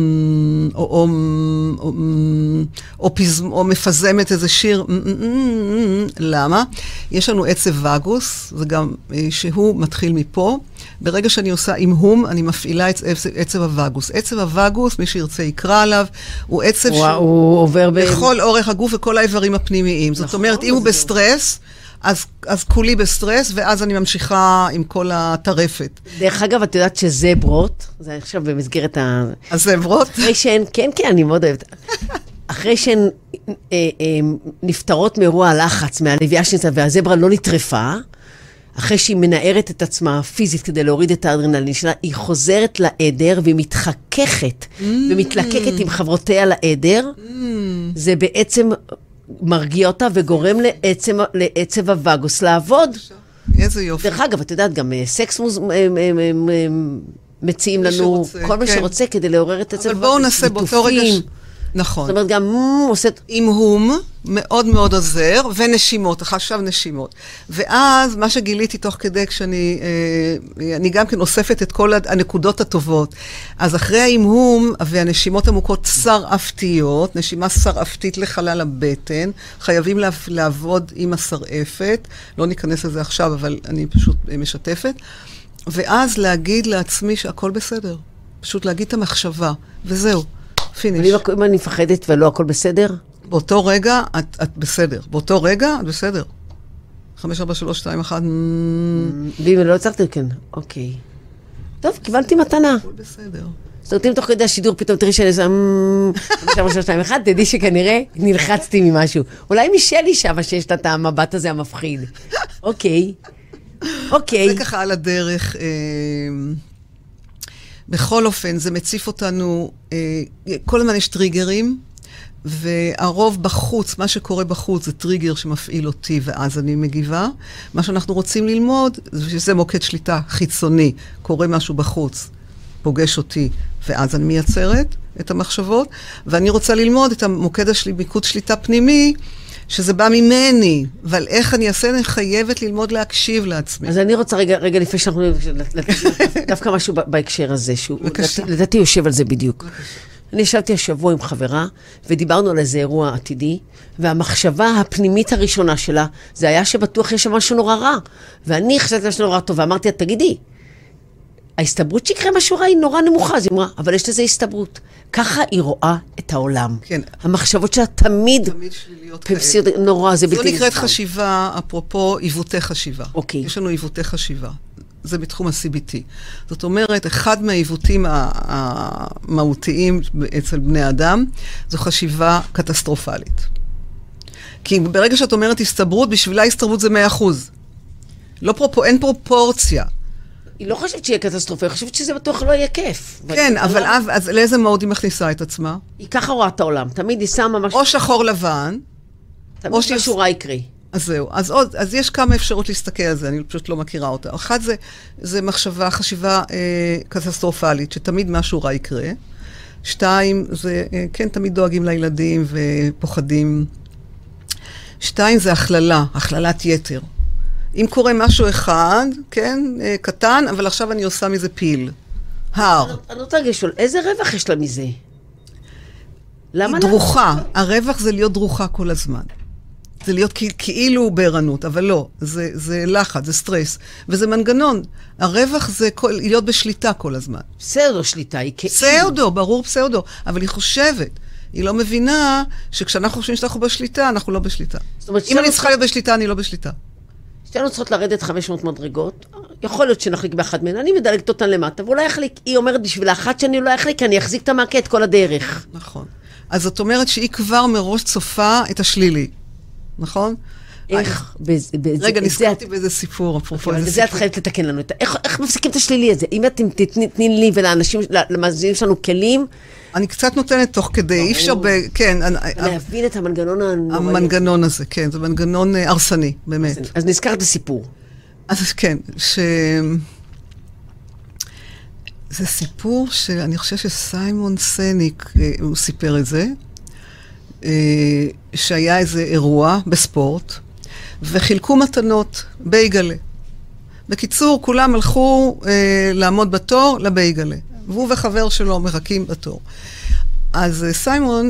או מפזמת איזה שיר, למה? יש לנו עצב וגוס, זה גם שהוא מתחיל מפה. ברגע שאני עושה עם אני מפעילה את עצב הווגוס. עצב הווגוס, מי שירצה יקרא עליו, הוא עצב שהוא עובר בכל אורך הגוף וכל האיברים הפנימיים. זאת אומרת, אם הוא בסטרס, אז כולי בסטרס, ואז אני ממשיכה עם כל הטרפת. דרך אגב, את יודעת שזברות, זה עכשיו במסגרת הזברות? אחרי שהן, כן, אני מאוד אוהבת. אחרי שהן נפטרות מאירוע הלחץ, מהלוויה שניצה, והזברה לא נטרפה, אחרי שהיא מנערת את עצמה פיזית כדי להוריד את האדרנלין שלה, היא חוזרת לעדר והיא מתחככת ומתלקקת עם חברותיה לעדר. זה בעצם מרגיע אותה וגורם לעצב הווגוס לעבוד. איזה יופי. דרך אגב, את יודעת, גם סקס מציעים לנו כל מה שרוצה כדי לעורר את עצב הווגוס. אבל בואו נעשה באותו רגע... נכון. זאת אומרת, גם עושה... עם מאוד מאוד עוזר, ונשימות, עכשיו נשימות. ואז מה שגיליתי תוך כדי כשאני גם כן אוספת את כל הנקודות הטובות. אז אחרי ההמהום והנשימות עמוקות שרעפתיות, נשימה שרעפתית לחלל הבטן, חייבים לעבוד עם השרעפת, לא ניכנס לזה עכשיו, אבל אני פשוט משתפת. ואז להגיד לעצמי שהכל בסדר. פשוט להגיד את המחשבה, וזהו. פיניש. אם אני מפחדת ולא הכל בסדר? באותו רגע את בסדר. באותו רגע את בסדר. 5, 4, 3, 2, 1. ואם לא הצלחתי, כן. אוקיי. טוב, קיבלתי מתנה. הכל בסדר. זאת אומרת, אם תוך כדי השידור פתאום תראי שאני עושה 5, 4, 3, 2, 1, תדעי שכנראה נלחצתי ממשהו. אולי מישלי שמה שיש לה את המבט הזה המפחיד. אוקיי. זה ככה על הדרך... בכל אופן, זה מציף אותנו, כל הזמן יש טריגרים, והרוב בחוץ, מה שקורה בחוץ, זה טריגר שמפעיל אותי, ואז אני מגיבה. מה שאנחנו רוצים ללמוד, שזה מוקד שליטה חיצוני, קורה משהו בחוץ, פוגש אותי, ואז אני מייצרת את המחשבות, ואני רוצה ללמוד את המוקד מיקוד שליטה פנימי, שזה בא ממני, אבל איך אני אעשה, אני חייבת ללמוד להקשיב לעצמי. אז אני רוצה רגע לפני שאנחנו דווקא משהו בהקשר הזה, שהוא לדעתי יושב על זה בדיוק. אני ישבתי השבוע עם חברה, ודיברנו על איזה אירוע עתידי, והמחשבה הפנימית הראשונה שלה, זה היה שבטוח יש שם משהו נורא רע. ואני חשבתי משהו נורא טוב, ואמרתי, תגידי, ההסתברות שיקרה משהו רע היא נורא נמוכה, אז היא אמרה, אבל יש לזה הסתברות. ככה היא רואה את העולם. כן. המחשבות שלה תמיד שליליות נורא, זה בלתי נסבל. זו נקראת חשיבה, אפרופו עיוותי חשיבה. אוקיי. יש לנו עיוותי חשיבה. זה בתחום ה-CBT. זאת אומרת, אחד מהעיוותים המהותיים אצל בני אדם, זו חשיבה קטסטרופלית. כי ברגע שאת אומרת הסתברות, בשבילה הסתברות זה 100%. אין פרופורציה. היא לא חושבת שיהיה קטסטרופה, היא חושבת שזה בטוח לא יהיה כיף. כן, אבל אז לאיזה מוד היא מכניסה את עצמה? היא ככה רואה את העולם, תמיד היא שמה משהו... או שחור לבן, תמיד משהו רע יקרה. אז זהו, אז יש כמה אפשרות להסתכל על זה, אני פשוט לא מכירה אותה. אחד זה חשיבה קטסטרופלית, שתמיד משהו רע יקרה. 2, זה, כן, תמיד דואגים לילדים ופוחדים. 2, זה הכללת יתר. אם קורה משהו אחד, כן, קטן, אבל עכשיו אני עושה מזה פיל. הר. אני רוצה לשאול, איזה רווח יש לה מזה? למה? דרוכה. הרווח זה להיות דרוכה כל הזמן. זה להיות כאילו בערנות, אבל לא. זה לחץ, זה סטרס. וזה מנגנון. הרווח זה להיות בשליטה כל הזמן. פסאודו שליטה, היא כאילו. פסאודו, ברור פסאודו. אבל היא חושבת. היא לא מבינה שכשאנחנו חושבים שאנחנו בשליטה, אנחנו לא בשליטה. אם אני צריכה להיות בשליטה, אני לא בשליטה. שתינו צריכות לרדת 500 מדרגות, יכול להיות שנחליק באחת מהן, אני מדלגת אותן למטה, ואולי יחליק, היא אומרת בשביל האחת שאני לא יחליק, אני אחזיק את המעקה את כל הדרך. נכון. אז זאת אומרת שהיא כבר מראש צופה את השלילי, נכון? איך? רגע, נזכרתי באיזה סיפור, אפרופו איזה סיפור. וזה את חייבת לתקן לנו, איך מפסיקים את השלילי הזה? אם אתם תתני לי ולאנשים, למאזינים שלנו כלים, אני קצת נותנת תוך כדי, אי אפשר כן. להבין את המנגנון הנוראי. המנגנון הזה, כן, זה מנגנון הרסני, באמת. אז נזכרת הסיפור. אז כן, זה סיפור שאני חושבת שסיימון סניק, הוא סיפר את זה, שהיה איזה אירוע בספורט, וחילקו מתנות בייגלה. בקיצור, כולם הלכו לעמוד בתור לבייגלה. והוא וחבר שלו מחכים בתור. אז סימון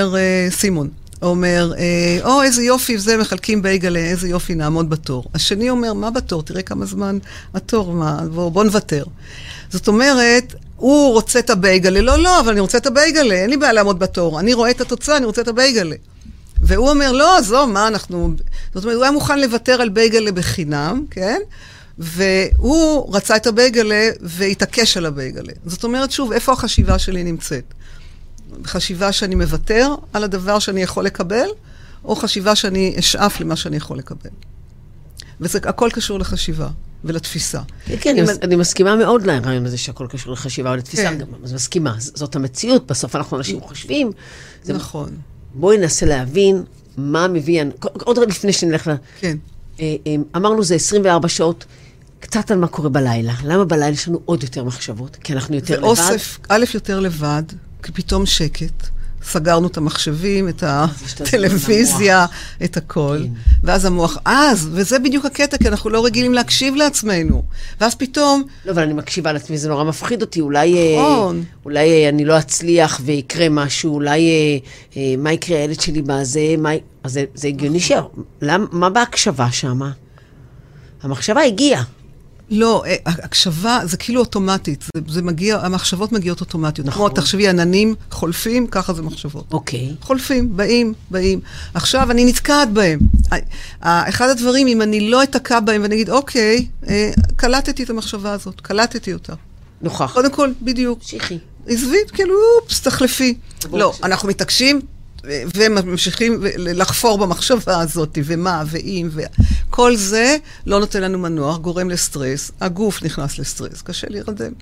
אומר, איזה יופי, זה מחלקים בייגלה, איזה יופי, נעמוד בתור. השני אומר, מה בתור? תראה כמה זמן התור, בוא נוותר. זאת אומרת, הוא רוצה את הבייגלה, לא, אבל אני רוצה את הבייגלה, אין לי בעיה לעמוד בתור, אני רואה את התוצאה, אני רוצה את הבייגלה. והוא אומר, לא, מה אנחנו... זאת אומרת, הוא היה מוכן לוותר על בייגלה בחינם, כן? והוא רצה את הבייגלה והתעקש על הבייגלה. זאת אומרת, שוב, איפה החשיבה שלי נמצאת? חשיבה שאני מוותר על הדבר שאני יכול לקבל, או חשיבה שאני אשאף למה שאני יכול לקבל. וזה הכל קשור לחשיבה ולתפיסה. כן, אני מסכימה מאוד לרעיון הזה שהכל קשור לחשיבה ולתפיסה. גם אז מסכימה, זאת המציאות, בסוף אנחנו אנשים חושבים. נכון. בואי ננסה להבין מה מביא... עוד לפני שנלך לה... כן. אמרנו זה 24 שעות, קצת על מה קורה בלילה. למה בלילה יש לנו עוד יותר מחשבות? כי אנחנו יותר לבד. זה אוסף, א' יותר לבד, כי פתאום שקט. סגרנו את המחשבים, את הטלוויזיה, את הכל. ואז המוח, וזה בדיוק הקטע, כי אנחנו לא רגילים להקשיב לעצמנו. ואז פתאום... לא, אבל אני מקשיבה לעצמי, זה נורא מפחיד אותי. אולי אני לא אצליח ויקרה משהו, אולי מה יקרה הילד שלי בזה, אז זה הגיוני מה בהקשבה שם? המחשבה הגיעה. לא, הקשבה זה כאילו אוטומטית, זה מגיע, המחשבות מגיעות אוטומטיות. נכון. כמו תחשבי, עננים חולפים, ככה זה מחשבות. אוקיי. חולפים, באים. עכשיו אני נתקעת בהם. אחד הדברים, אם אני לא אתקע בהם ואני אגיד, אוקיי, קלטתי את המחשבה הזאת, קלטתי אותה. נוכח. קודם כל, בדיוק. שיחי. עזבית, כאילו, תחלפי. לא, אנחנו מתעקשים וממשיכים לחפור במחשבה הזאת, ומה, ואם, כל זה לא נותן לנו מנוח, גורם לסטרס, הגוף נכנס לסטרס, קשה להירדם.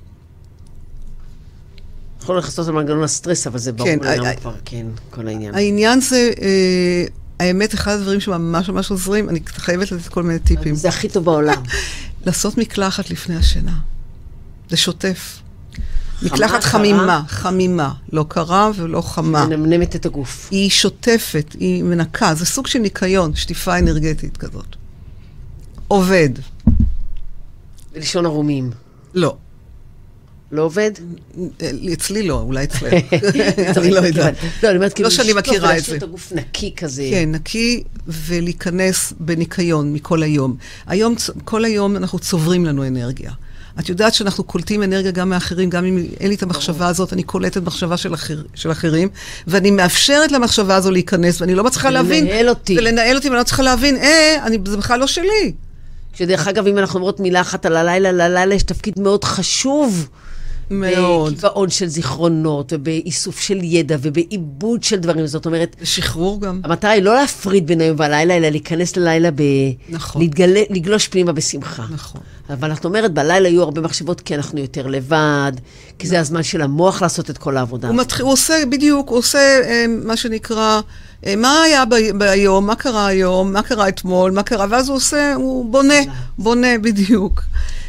יכול לחסות על מנגנון הסטרס, אבל זה ברור לנו כבר, כן, כל העניין. העניין זה, האמת, אחד הדברים שממש ממש עוזרים, אני חייבת לתת כל מיני טיפים. זה הכי טוב בעולם. לעשות מקלחת לפני השינה. זה שוטף. מקלחת חמימה, לא קרה ולא חמה. מנמנמת את הגוף. היא שוטפת, היא מנקה, זה סוג של ניקיון, שטיפה אנרגטית כזאת. עובד. ולישון ערומים. לא. לא עובד? אצלי לא, אולי אצלך. אני לא יודעת. לא שאני מכירה את זה. ולשאיר את הגוף נקי כזה. כן, נקי ולהיכנס בניקיון מכל היום. כל היום אנחנו צוברים לנו אנרגיה. את יודעת שאנחנו קולטים אנרגיה גם מאחרים, גם אם אין לי את המחשבה הזאת, אני קולטת מחשבה של אחרים, ואני מאפשרת למחשבה הזו להיכנס, ואני לא מצליחה להבין. ולנהל אותי, ואני לא צריכה להבין, זה בכלל לא שלי. שדרך אגב, אם אנחנו אומרות מילה אחת על הלילה, ללילה יש תפקיד מאוד חשוב. מאוד. בקיבעון של זיכרונות, ובאיסוף של ידע, ובעיבוד של דברים. זאת אומרת... בשחרור גם. המטרה היא לא להפריד בין היום והלילה, אלא להיכנס ללילה נכון. לגלוש פנימה בשמחה. נכון. אבל את אומרת, בלילה יהיו הרבה מחשבות, כי אנחנו יותר לבד, כי זה הזמן של המוח לעשות את כל העבודה. הוא עושה, בדיוק, הוא עושה מה שנקרא, מה היה ביום, מה קרה היום, מה קרה אתמול, מה קרה, ואז הוא בונה בדיוק.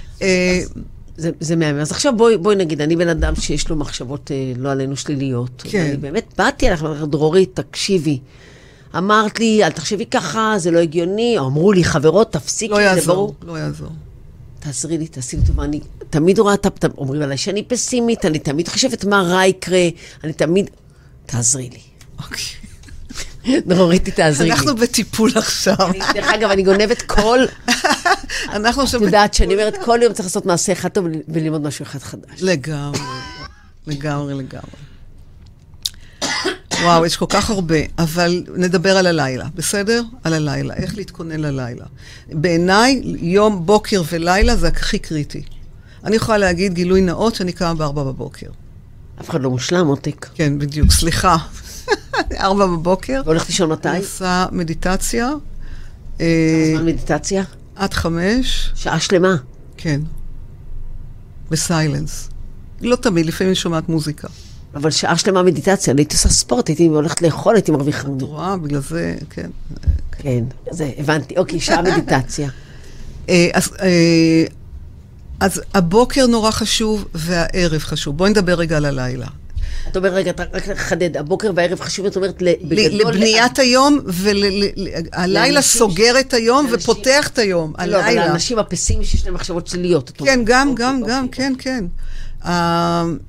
זה מהמם. אז עכשיו בואי נגיד, אני בן אדם שיש לו מחשבות לא עלינו שליליות. כן. אני באמת באתי עליך, דרורית, תקשיבי. אמרת לי, אל תחשבי ככה, זה לא הגיוני. אמרו לי, חברות, תפסיקי, זה ברור. לא יעזור. תעזרי לי, תעשי לי טובה. אני תמיד רואה, אומרים עליי שאני פסימית, אני תמיד חושבת מה רע יקרה, אני תמיד... תעזרי לי. אוקיי. דרוריתי, תעזרי לי. אנחנו בטיפול עכשיו. דרך אגב, אני גונבת כל... אנחנו עכשיו... את יודעת שאני אומרת, כל יום צריך לעשות מעשה אחד טוב וללמוד משהו אחד חדש. לגמרי. וואו, יש כל כך הרבה, אבל נדבר על הלילה, בסדר? על הלילה, איך להתכונן ללילה. בעיניי, יום, בוקר ולילה זה הכי קריטי. אני יכולה להגיד גילוי נאות שאני קמה ב4 בבוקר. אף אחד לא מושלם, עותק. כן, בדיוק, סליחה. 4 בבוקר. והולכת לישון מתי? אני עושה מדיטציה. זמן מדיטציה? עד 5. שעה שלמה. כן. בסיילנס. לא תמיד, לפעמים אני שומעת מוזיקה. אבל שעה שלמה מדיטציה, אני הייתי עושה ספורט, הייתי הולכת לאכול, הייתי מרוויחה. את רואה, בגלל זה, כן. כן, זה, הבנתי. אוקיי, שעה מדיטציה. אז הבוקר נורא חשוב, והערב חשוב. בואי נדבר רגע על הלילה. את אומרת, רגע, רק לחדד, הבוקר והערב חשוב, את אומרת, לבניית היום, והלילה סוגר את היום ופותח את היום. לא, אבל האנשים הפסימיים שיש להם מחשבות שליליות. כן, גם, כן.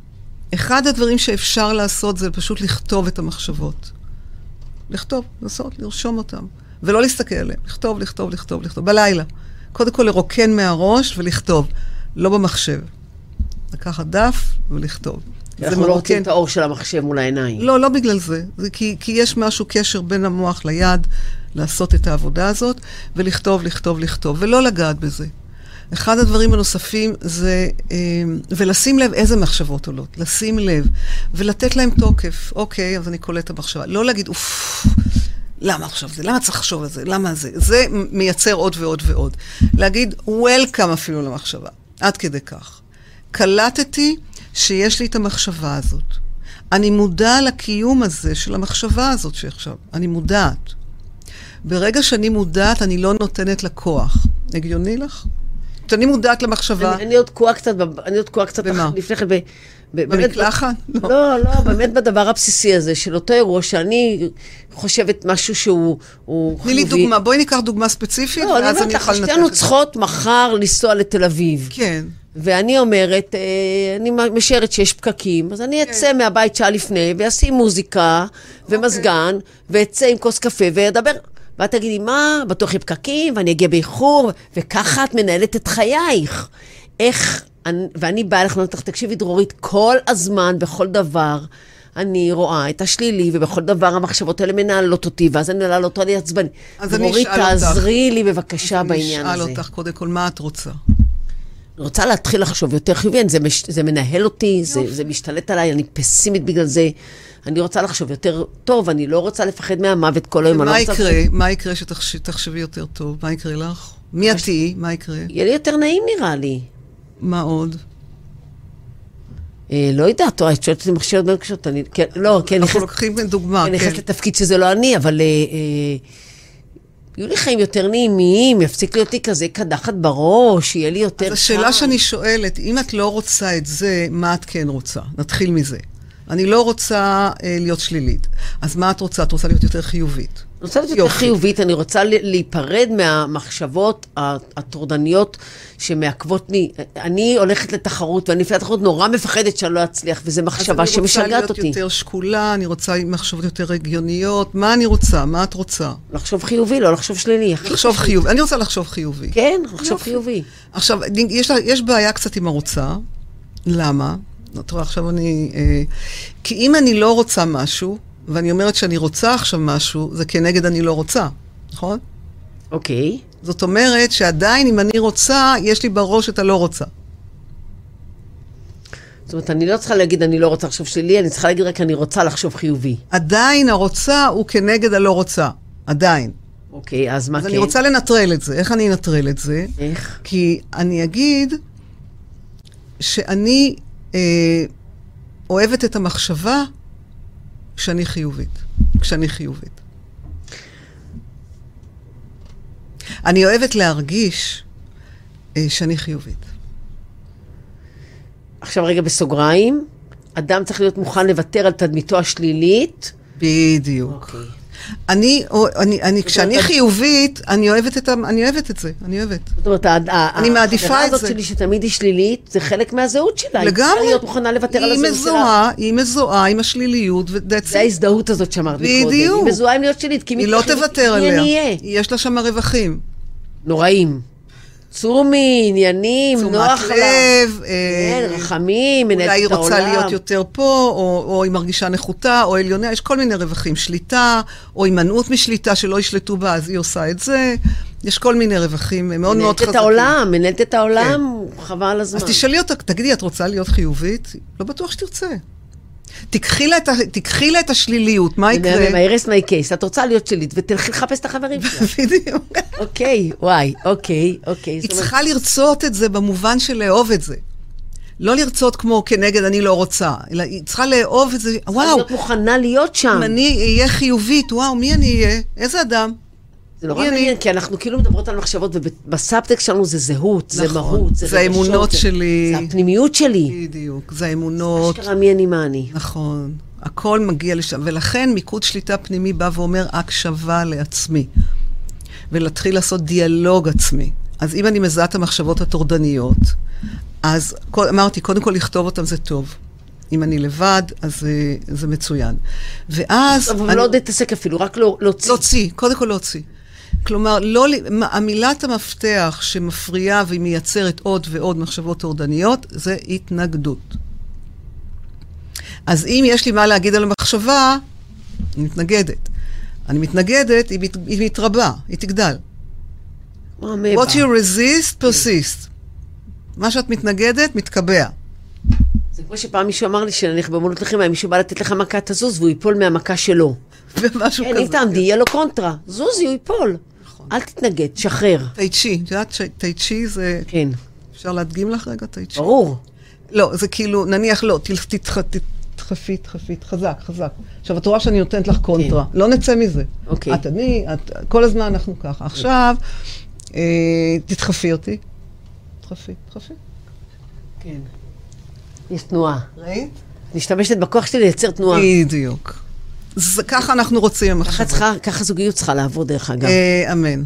אחד הדברים שאפשר לעשות זה פשוט לכתוב את המחשבות. לכתוב, לעשות, לרשום אותם. ולא להסתכל עליהם. לכתוב, לכתוב, לכתוב, לכתוב. בלילה. קודם כל לרוקן מהראש ולכתוב. לא במחשב. לקחת דף ולכתוב. אנחנו לא רוצים את האור של המחשב מול העיניים. לא, לא בגלל זה. זה כי יש משהו, קשר בין המוח ליד, לעשות את העבודה הזאת, ולכתוב, לכתוב, לכתוב, ולא לגעת בזה. אחד הדברים הנוספים זה, ולשים לב איזה מחשבות עולות. לשים לב, ולתת להם תוקף. אוקיי, אז אני קולט את המחשבה. לא להגיד, למה עכשיו זה? למה צריך לחשוב על זה? למה זה? זה מייצר עוד ועוד ועוד. להגיד, welcome אפילו למחשבה. עד כדי כך. קלטתי שיש לי את המחשבה הזאת. אני מודע לקיום הזה של המחשבה הזאת שעכשיו. אני מודעת. ברגע שאני מודעת, אני לא נותנת לכוח. הגיוני לך? אני מודעת למחשבה. אני עוד תקועה קצת לפני כן. במקלחת? לא, באמת בדבר הבסיסי הזה, של אותו אירוע שאני חושבת משהו שהוא חיובי. תני לי דוגמה, בואי ניקח דוגמה ספציפית, ואז אני אוכל לנתח. שתינו צריכות מחר לנסוע לתל אביב. כן. ואני אומרת, אני משערת שיש פקקים, אז אני אצא מהבית שעה לפני, ואשים מוזיקה ומזגן, ואצא עם כוס קפה ואדבר. ואת תגידי, מה? בטוח יהיה פקקים, ואני אגיע באיחור, וככה את מנהלת את חייך. איך, ואני באה לך, תקשיבי דרורית, כל הזמן, בכל דבר, אני רואה את השלילי, ובכל דבר המחשבות האלה מנהלות אותי, ואז אני מנהל אותו לי עצבני. דרורית, תעזרי לי בבקשה בעניין הזה. אני אשאל אותך קודם כל, מה את רוצה? אני רוצה להתחיל לחשוב יותר חיובי, זה מנהל אותי, זה משתלט עליי, אני פסימית בגלל זה. אני רוצה לחשוב יותר טוב, אני לא רוצה לפחד מהמוות כל היום. מה יקרה שתחשבי יותר טוב? מה יקרה לך? מי את תהיי? מה יקרה? יהיה לי יותר נעים נראה לי. מה עוד? לא יודעת, את שואלת אותי מחשבות בין קשות, אנחנו לוקחים דוגמה. אני נכנסת לתפקיד שזה לא אני, אבל יהיו לי חיים יותר נעימים, יפסיק להיות לי כזה קדחת בראש, יהיה לי יותר... אז השאלה שאני שואלת, אם את לא רוצה את זה, מה את כן רוצה? נתחיל מזה. אני לא רוצה להיות שלילית. אז מה את רוצה? את רוצה להיות יותר חיובית. אני רוצה להיות יותר חיובית, אני רוצה להיפרד מהמחשבות הטורדניות שמעכבות לי. אני הולכת לתחרות, ואני לפני התחרות נורא מפחדת שאני לא אצליח, וזו מחשבה שמשגעת אותי. אני רוצה להיות יותר שקולה, אני רוצה מחשבות יותר הגיוניות. מה אני רוצה? מה את רוצה? לחשוב חיובי, לא לחשוב שלילי. לחשוב חיובי. אני רוצה לחשוב חיובי. כן, לחשוב חיובי. עכשיו, יש בעיה קצת עם הרוצה. למה? תראה, עכשיו כי אם אני לא רוצה משהו, ואני אומרת שאני רוצה עכשיו משהו, זה כנגד אני לא רוצה, נכון? אוקיי. זאת אומרת שעדיין אם אני רוצה, יש לי בראש את הלא רוצה. זאת אומרת, אני לא צריכה להגיד אני לא רוצה לחשוב שלי, אני צריכה להגיד רק אני רוצה לחשוב חיובי. עדיין הרוצה הוא כנגד הלא רוצה. עדיין. אוקיי, אז מה כן? אז אני רוצה לנטרל את זה. איך אני אנטרל את זה? איך? כי אני אגיד שאני אוהבת את המחשבה כשאני חיובית. אני אוהבת להרגיש שאני חיובית. עכשיו רגע בסוגריים, אדם צריך להיות מוכן לוותר על תדמיתו השלילית. בדיוק. אוקיי. כשאני חיובית, אני אוהבת את זה, זאת אומרת, אני מעדיפה את זה. החברה הזאת שלי שתמיד היא שלילית, זה חלק מהזהות שלה. לגמרי. היא צריכה להיות מוכנה לוותר על הזהות שלה. היא מזוהה עם השליליות. זה ההזדהות הזאת שאמרת מקודם. בדיוק. היא מזוהה עם להיות שלילית. היא לא תוותר עליה. יש לה שם רווחים. נוראים. צומי, עניינים, נוח לה. תשומת לב. רחמים, מנהלת את העולם. אולי היא רוצה להיות יותר פה, או היא מרגישה נחותה, או עליונה, יש כל מיני רווחים. שליטה, או הימנעות משליטה שלא ישלטו בה, אז היא עושה את זה. יש כל מיני רווחים מאוד מאוד חזקים. מנהלת את העולם, חבל הזמן. אז תשאלי אותה, תגידי, את רוצה להיות חיובית? לא בטוח שתרצה. תקחי לה את השליליות, מה יקרה? מהרס מי קייס, את רוצה להיות שלילית, ותלכי לחפש את החברים שלה. בדיוק. אוקיי, וואי, אוקיי. היא צריכה לרצות את זה במובן של לאהוב את זה. לא לרצות כמו כנגד אני לא רוצה, אלא היא צריכה לאהוב את זה, וואו. צריכה להיות מוכנה להיות שם. אם אני אהיה חיובית, וואו, מי אני אהיה? איזה אדם? זה נורא מעניין, כי אנחנו כאילו מדברות על מחשבות, ובסאבטקסט שלנו זה זהות, זה מהות, זה האמונות שלי. זה הפנימיות שלי. בדיוק, זה האמונות. אשכרה מי אני, מה אני. נכון, הכל מגיע לשם, ולכן מיקוד שליטה פנימי בא ואומר הקשבה לעצמי, ולהתחיל לעשות דיאלוג עצמי. אז אם אני מזהה את המחשבות הטורדניות, אז אמרתי, קודם כל לכתוב אותם זה טוב. אם אני לבד, אז זה מצוין. ואז... אבל לא להתעסק אפילו, רק להוציא. להוציא, קודם כל להוציא. כלומר, המילת המפתח שמפריעה והיא מייצרת עוד ועוד מחשבות טורדניות, זה התנגדות. אז אם יש לי מה להגיד על המחשבה, אני מתנגדת. אני מתנגדת, היא מתרבה, היא תגדל. What you resist, persist. מה שאת מתנגדת, מתקבע. זה כמו שפעם מישהו אמר לי שנניח באמנות לחימה, מישהו בא לתת לך מכה, תזוז, והוא ייפול מהמכה שלו. ומשהו כזה. אם תעמדי, יהיה לו קונטרה. זוזי, הוא ייפול. אל תתנגד, שחרר. טייצ'י, את יודעת טייצ'י זה... כן. אפשר להדגים לך רגע טייצ'י? ברור. לא, זה כאילו, נניח לא, תדחפי, חזק. עכשיו, את רואה שאני נותנת לך קונטרה. לא נצא מזה. אוקיי. כל הזמן אנחנו ככה. עכשיו, תדחפי אותי. תדחפי. כן. יש תנועה. ראית? משתמשת בכוח שלי לייצר תנועה. בדיוק. ככה אנחנו רוצים. ככה זוגיות צריכה לעבוד דרך אגב. אמן.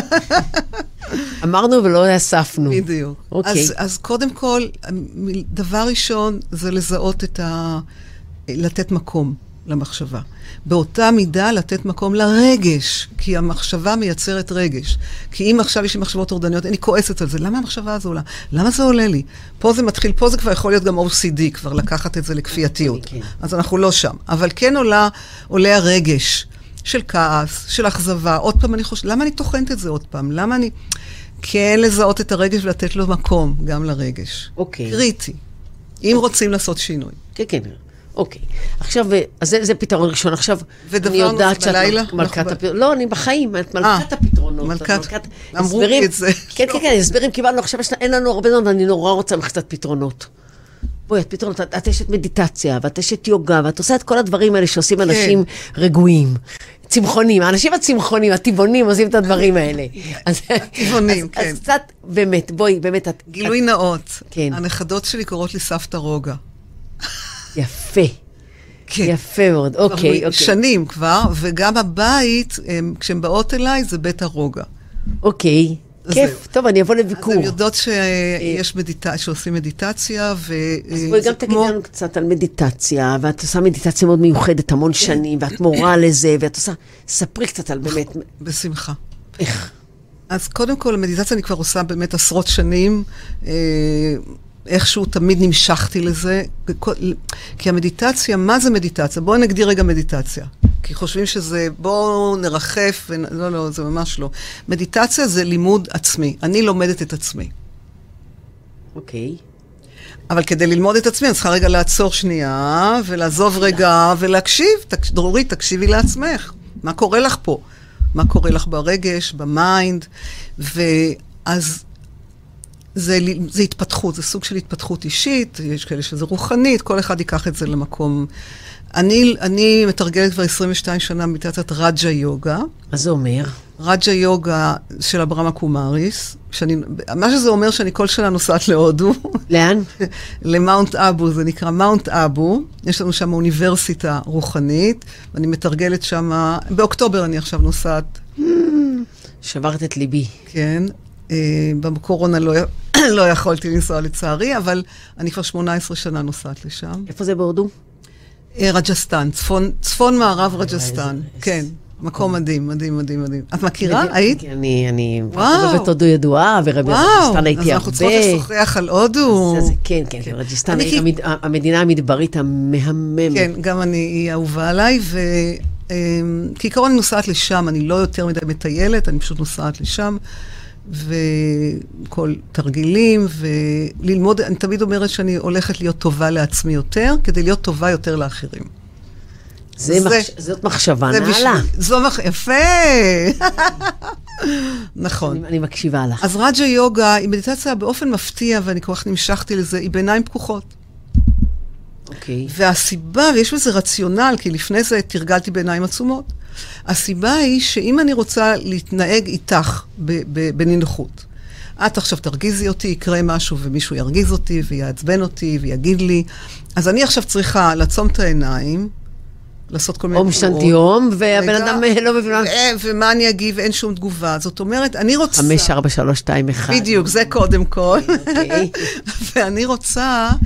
אמרנו ולא אספנו. בדיוק. אוקיי. אז קודם כל, דבר ראשון זה לזהות לתת מקום למחשבה. באותה מידה לתת מקום לרגש, כי המחשבה מייצרת רגש. כי אם עכשיו יש לי מחשבות טורדניות, אני כועסת על זה. למה המחשבה הזו עולה? למה זה עולה לי? פה זה מתחיל, פה זה כבר יכול להיות גם OCD, כבר לקחת את זה לכפייתיות. כן. אז אנחנו לא שם. אבל כן עולה הרגש של כעס, של אכזבה. עוד פעם אני חושבת, למה אני תוכנת את זה עוד פעם? למה אני... כן לזהות את הרגש ולתת לו מקום, גם לרגש. אוקיי. קריטי. אם רוצים לעשות שינוי. כן. אוקיי. עכשיו, אז זה פתרון ראשון. עכשיו, אני יודעת שאת מלכת הפתרונות. לא, אני בחיים, את מלכת הפתרונות. אמרו לי את זה. כן, הסברים קיבלנו. עכשיו אין לנו הרבה זמן, ואני נורא רוצה קצת פתרונות. בואי, את פתרונות, את אשת מדיטציה, ואת אשת יוגה, ואת עושה את כל הדברים האלה שעושים אנשים רגועים. צמחונים, האנשים הצמחונים, הטבעונים עושים את הדברים האלה. הטבעונים, כן. אז קצת, באמת, בואי, באמת. גילוי נאות. כן. הנכדות שלי קוראות לי סבתא רוגע. יפה. כן. יפה מאוד, אוקיי. שנים כבר, וגם הבית, כשהן באות אליי, זה בית הרוגע. אוקיי. כיף, טוב, אני אבוא לביקור. אז הן יודעות שעושים מדיטציה, אז בואי גם תגידי לנו קצת על מדיטציה, ואת עושה מדיטציה מאוד מיוחדת המון שנים, ואת מורה לזה, ואת עושה, ספרי קצת על באמת. בשמחה. איך? אז קודם כל, המדיטציה אני כבר עושה באמת עשרות שנים, איכשהו תמיד נמשכתי לזה, כי המדיטציה, מה זה מדיטציה? בואו נגדיר רגע מדיטציה. כי חושבים שזה, בואו נרחף, לא, זה ממש לא. מדיטציה זה לימוד עצמי. אני לומדת את עצמי. אוקיי. אבל כדי ללמוד את עצמי, אני צריכה רגע לעצור שנייה, ולעזוב רגע, ולהקשיב. דרורית, תקשיבי לעצמך. מה קורה לך פה? מה קורה לך ברגש, במיינד? ואז זה התפתחות, זה סוג של התפתחות אישית, יש כאלה שזה רוחנית, כל אחד ייקח את זה למקום. אני מתרגלת כבר 22 שנה מדיטציית רג'ה יוגה. מה זה אומר? רג'ה יוגה של אברהם קומאריס. מה שזה אומר שאני כל שנה נוסעת להודו. לאן? למאונט אבו, זה נקרא מאונט אבו. יש לנו שם אוניברסיטה רוחנית, ואני מתרגלת שם, באוקטובר אני עכשיו נוסעת. שברת את ליבי. כן. בקורונה לא יכולתי לנסוע לצערי, אבל אני כבר 18 שנה נוסעת לשם. איפה זה בהודו? רג'סטן, צפון מערב רג'סטן. כן, מקום מדהים, מדהים, מדהים, מדהים. את מכירה? היית? אני רבת הודו ידועה, ורבי רג'סטן הייתי הרבה. אז אנחנו צריכות לשוחח על הודו. כן, כן, רג'סטן, המדינה המדברית המהממת. כן, גם היא אהובה עליי, וכעיקרון אני נוסעת לשם, אני לא יותר מדי מטיילת, אני פשוט נוסעת לשם. וכל תרגילים, וללמוד, אני תמיד אומרת שאני הולכת להיות טובה לעצמי יותר, כדי להיות טובה יותר לאחרים. זאת מחשבה נעלה. יפה! נכון. אני מקשיבה לך. אז רג'ה יוגה היא מדיטציה באופן מפתיע, ואני כל כך נמשכתי לזה, היא בעיניים פקוחות. אוקיי. והסיבה, ויש בזה רציונל, כי לפני זה תרגלתי בעיניים עצומות, הסיבה היא שאם אני רוצה להתנהג איתך בנינוחות, את עכשיו תרגיזי אותי, יקרה משהו ומישהו ירגיז אותי ויעצבן אותי ויגיד לי, אז אני עכשיו צריכה לעצום את העיניים, לעשות כל מיני... או משנתיום, והבן אדם לא מבין... ומה אני אגיב, אין שום תגובה. זאת אומרת, אני רוצה... 5, 4, 3, 2, 1. בדיוק, זה קודם כל. ואני רוצה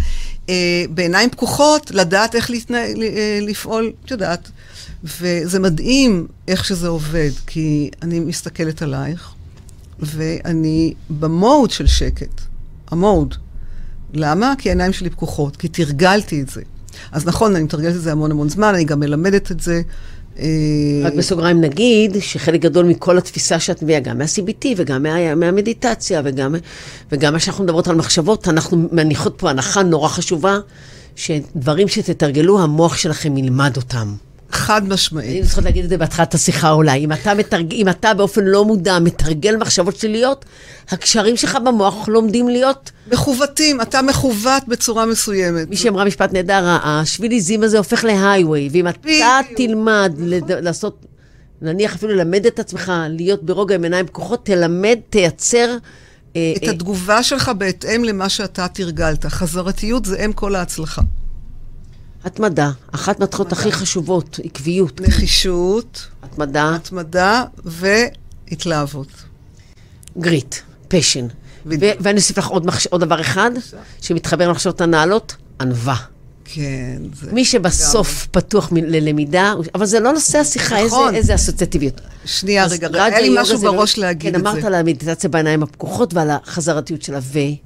בעיניים פקוחות, לדעת איך לפעול, את יודעת. וזה מדהים איך שזה עובד, כי אני מסתכלת עלייך, ואני במוד של שקט. המוד. למה? כי העיניים שלי פקוחות, כי תרגלתי את זה. אז נכון, אני מתרגלת את זה המון המון זמן, אני גם מלמדת את זה. רק בסוגריים נגיד, שחלק גדול מכל התפיסה שאת מביאה, גם מה-CBT וגם מהמדיטציה, וגם מה שאנחנו מדברות על מחשבות, אנחנו מניחות פה הנחה נורא חשובה, שדברים שתתרגלו, המוח שלכם ילמד אותם. חד משמעית. אני צריכה להגיד את זה בהתחלת השיחה אולי. אם אתה באופן לא מודע מתרגל מחשבות שליליות, הקשרים שלך במוח לומדים להיות מכוותים, אתה מכוות בצורה מסוימת. מי שאמרה משפט נהדר, השביל עיזים הזה הופך להייווי, ואם אתה תלמד לעשות, נניח אפילו ללמד את עצמך, להיות ברוגע עם עיניים פקוחות, תלמד, תייצר את התגובה שלך בהתאם למה שאתה תרגלת. חזרתיות זה אם כל ההצלחה. התמדה, אחת מהתחלות הכי חשובות, עקביות. נחישות, התמדה והתלהבות. גריט, פשן. ואני אוסיף לך עוד דבר אחד, שמתחבר למחשבות הנעלות, ענווה. כן. מי שבסוף פתוח ללמידה, אבל זה לא נושא השיחה, איזה אסוציאטיביות. שנייה, רגע, היה לי משהו בראש להגיד את זה. כן, אמרת על המדיטציה בעיניים הפקוחות ועל החזרתיות שלה,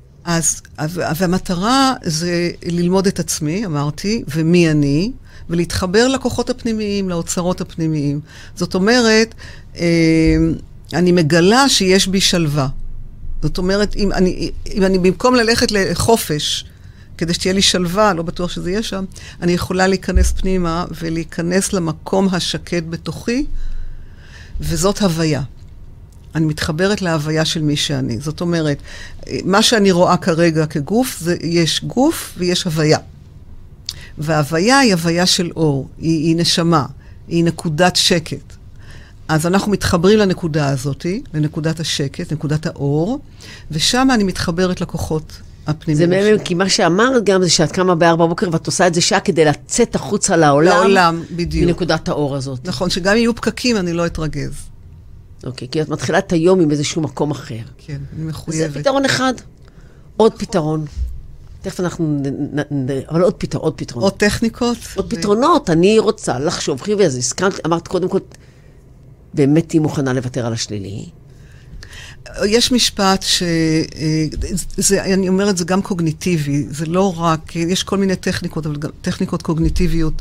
והמטרה זה ללמוד את עצמי, אמרתי, ומי אני, ולהתחבר לכוחות הפנימיים, לאוצרות הפנימיים. זאת אומרת, אני מגלה שיש בי שלווה. זאת אומרת, אם אני במקום ללכת לחופש, כדי שתהיה לי שלווה, לא בטוח שזה יהיה שם, אני יכולה להיכנס פנימה ולהיכנס למקום השקט בתוכי, וזאת הוויה. אני מתחברת להוויה של מי שאני. זאת אומרת, מה שאני רואה כרגע כגוף, יש גוף ויש הוויה. וההוויה היא הוויה של אור, היא נשמה, היא נקודת שקט. אז אנחנו מתחברים לנקודה הזאת, לנקודת השקט, נקודת האור, ושם אני מתחברת לכוחות הפנימיים. זה מהם, כי מה שאמרת גם זה שאת קמה ב4 בבוקר, ואת עושה את זה שעה כדי לצאת החוצה לעולם, בדיוק. מנקודת האור הזאת. נכון, שגם יהיו פקקים, אני לא אתרגז. אוקיי, כי את מתחילה את היום עם איזשהו מקום אחר. כן, אני מחויבת. זה פתרון אחד. עוד פתרון. תכף אנחנו אבל עוד פתרון. עוד טכניקות. עוד פתרונות. אני רוצה לחשוב חיובי, אז הסכמת, אמרת קודם כל, באמת היא מוכנה לוותר על השלילי. יש משפט אני אומרת, זה גם קוגניטיבי, זה לא רק, יש כל מיני טכניקות, אבל גם טכניקות קוגניטיביות,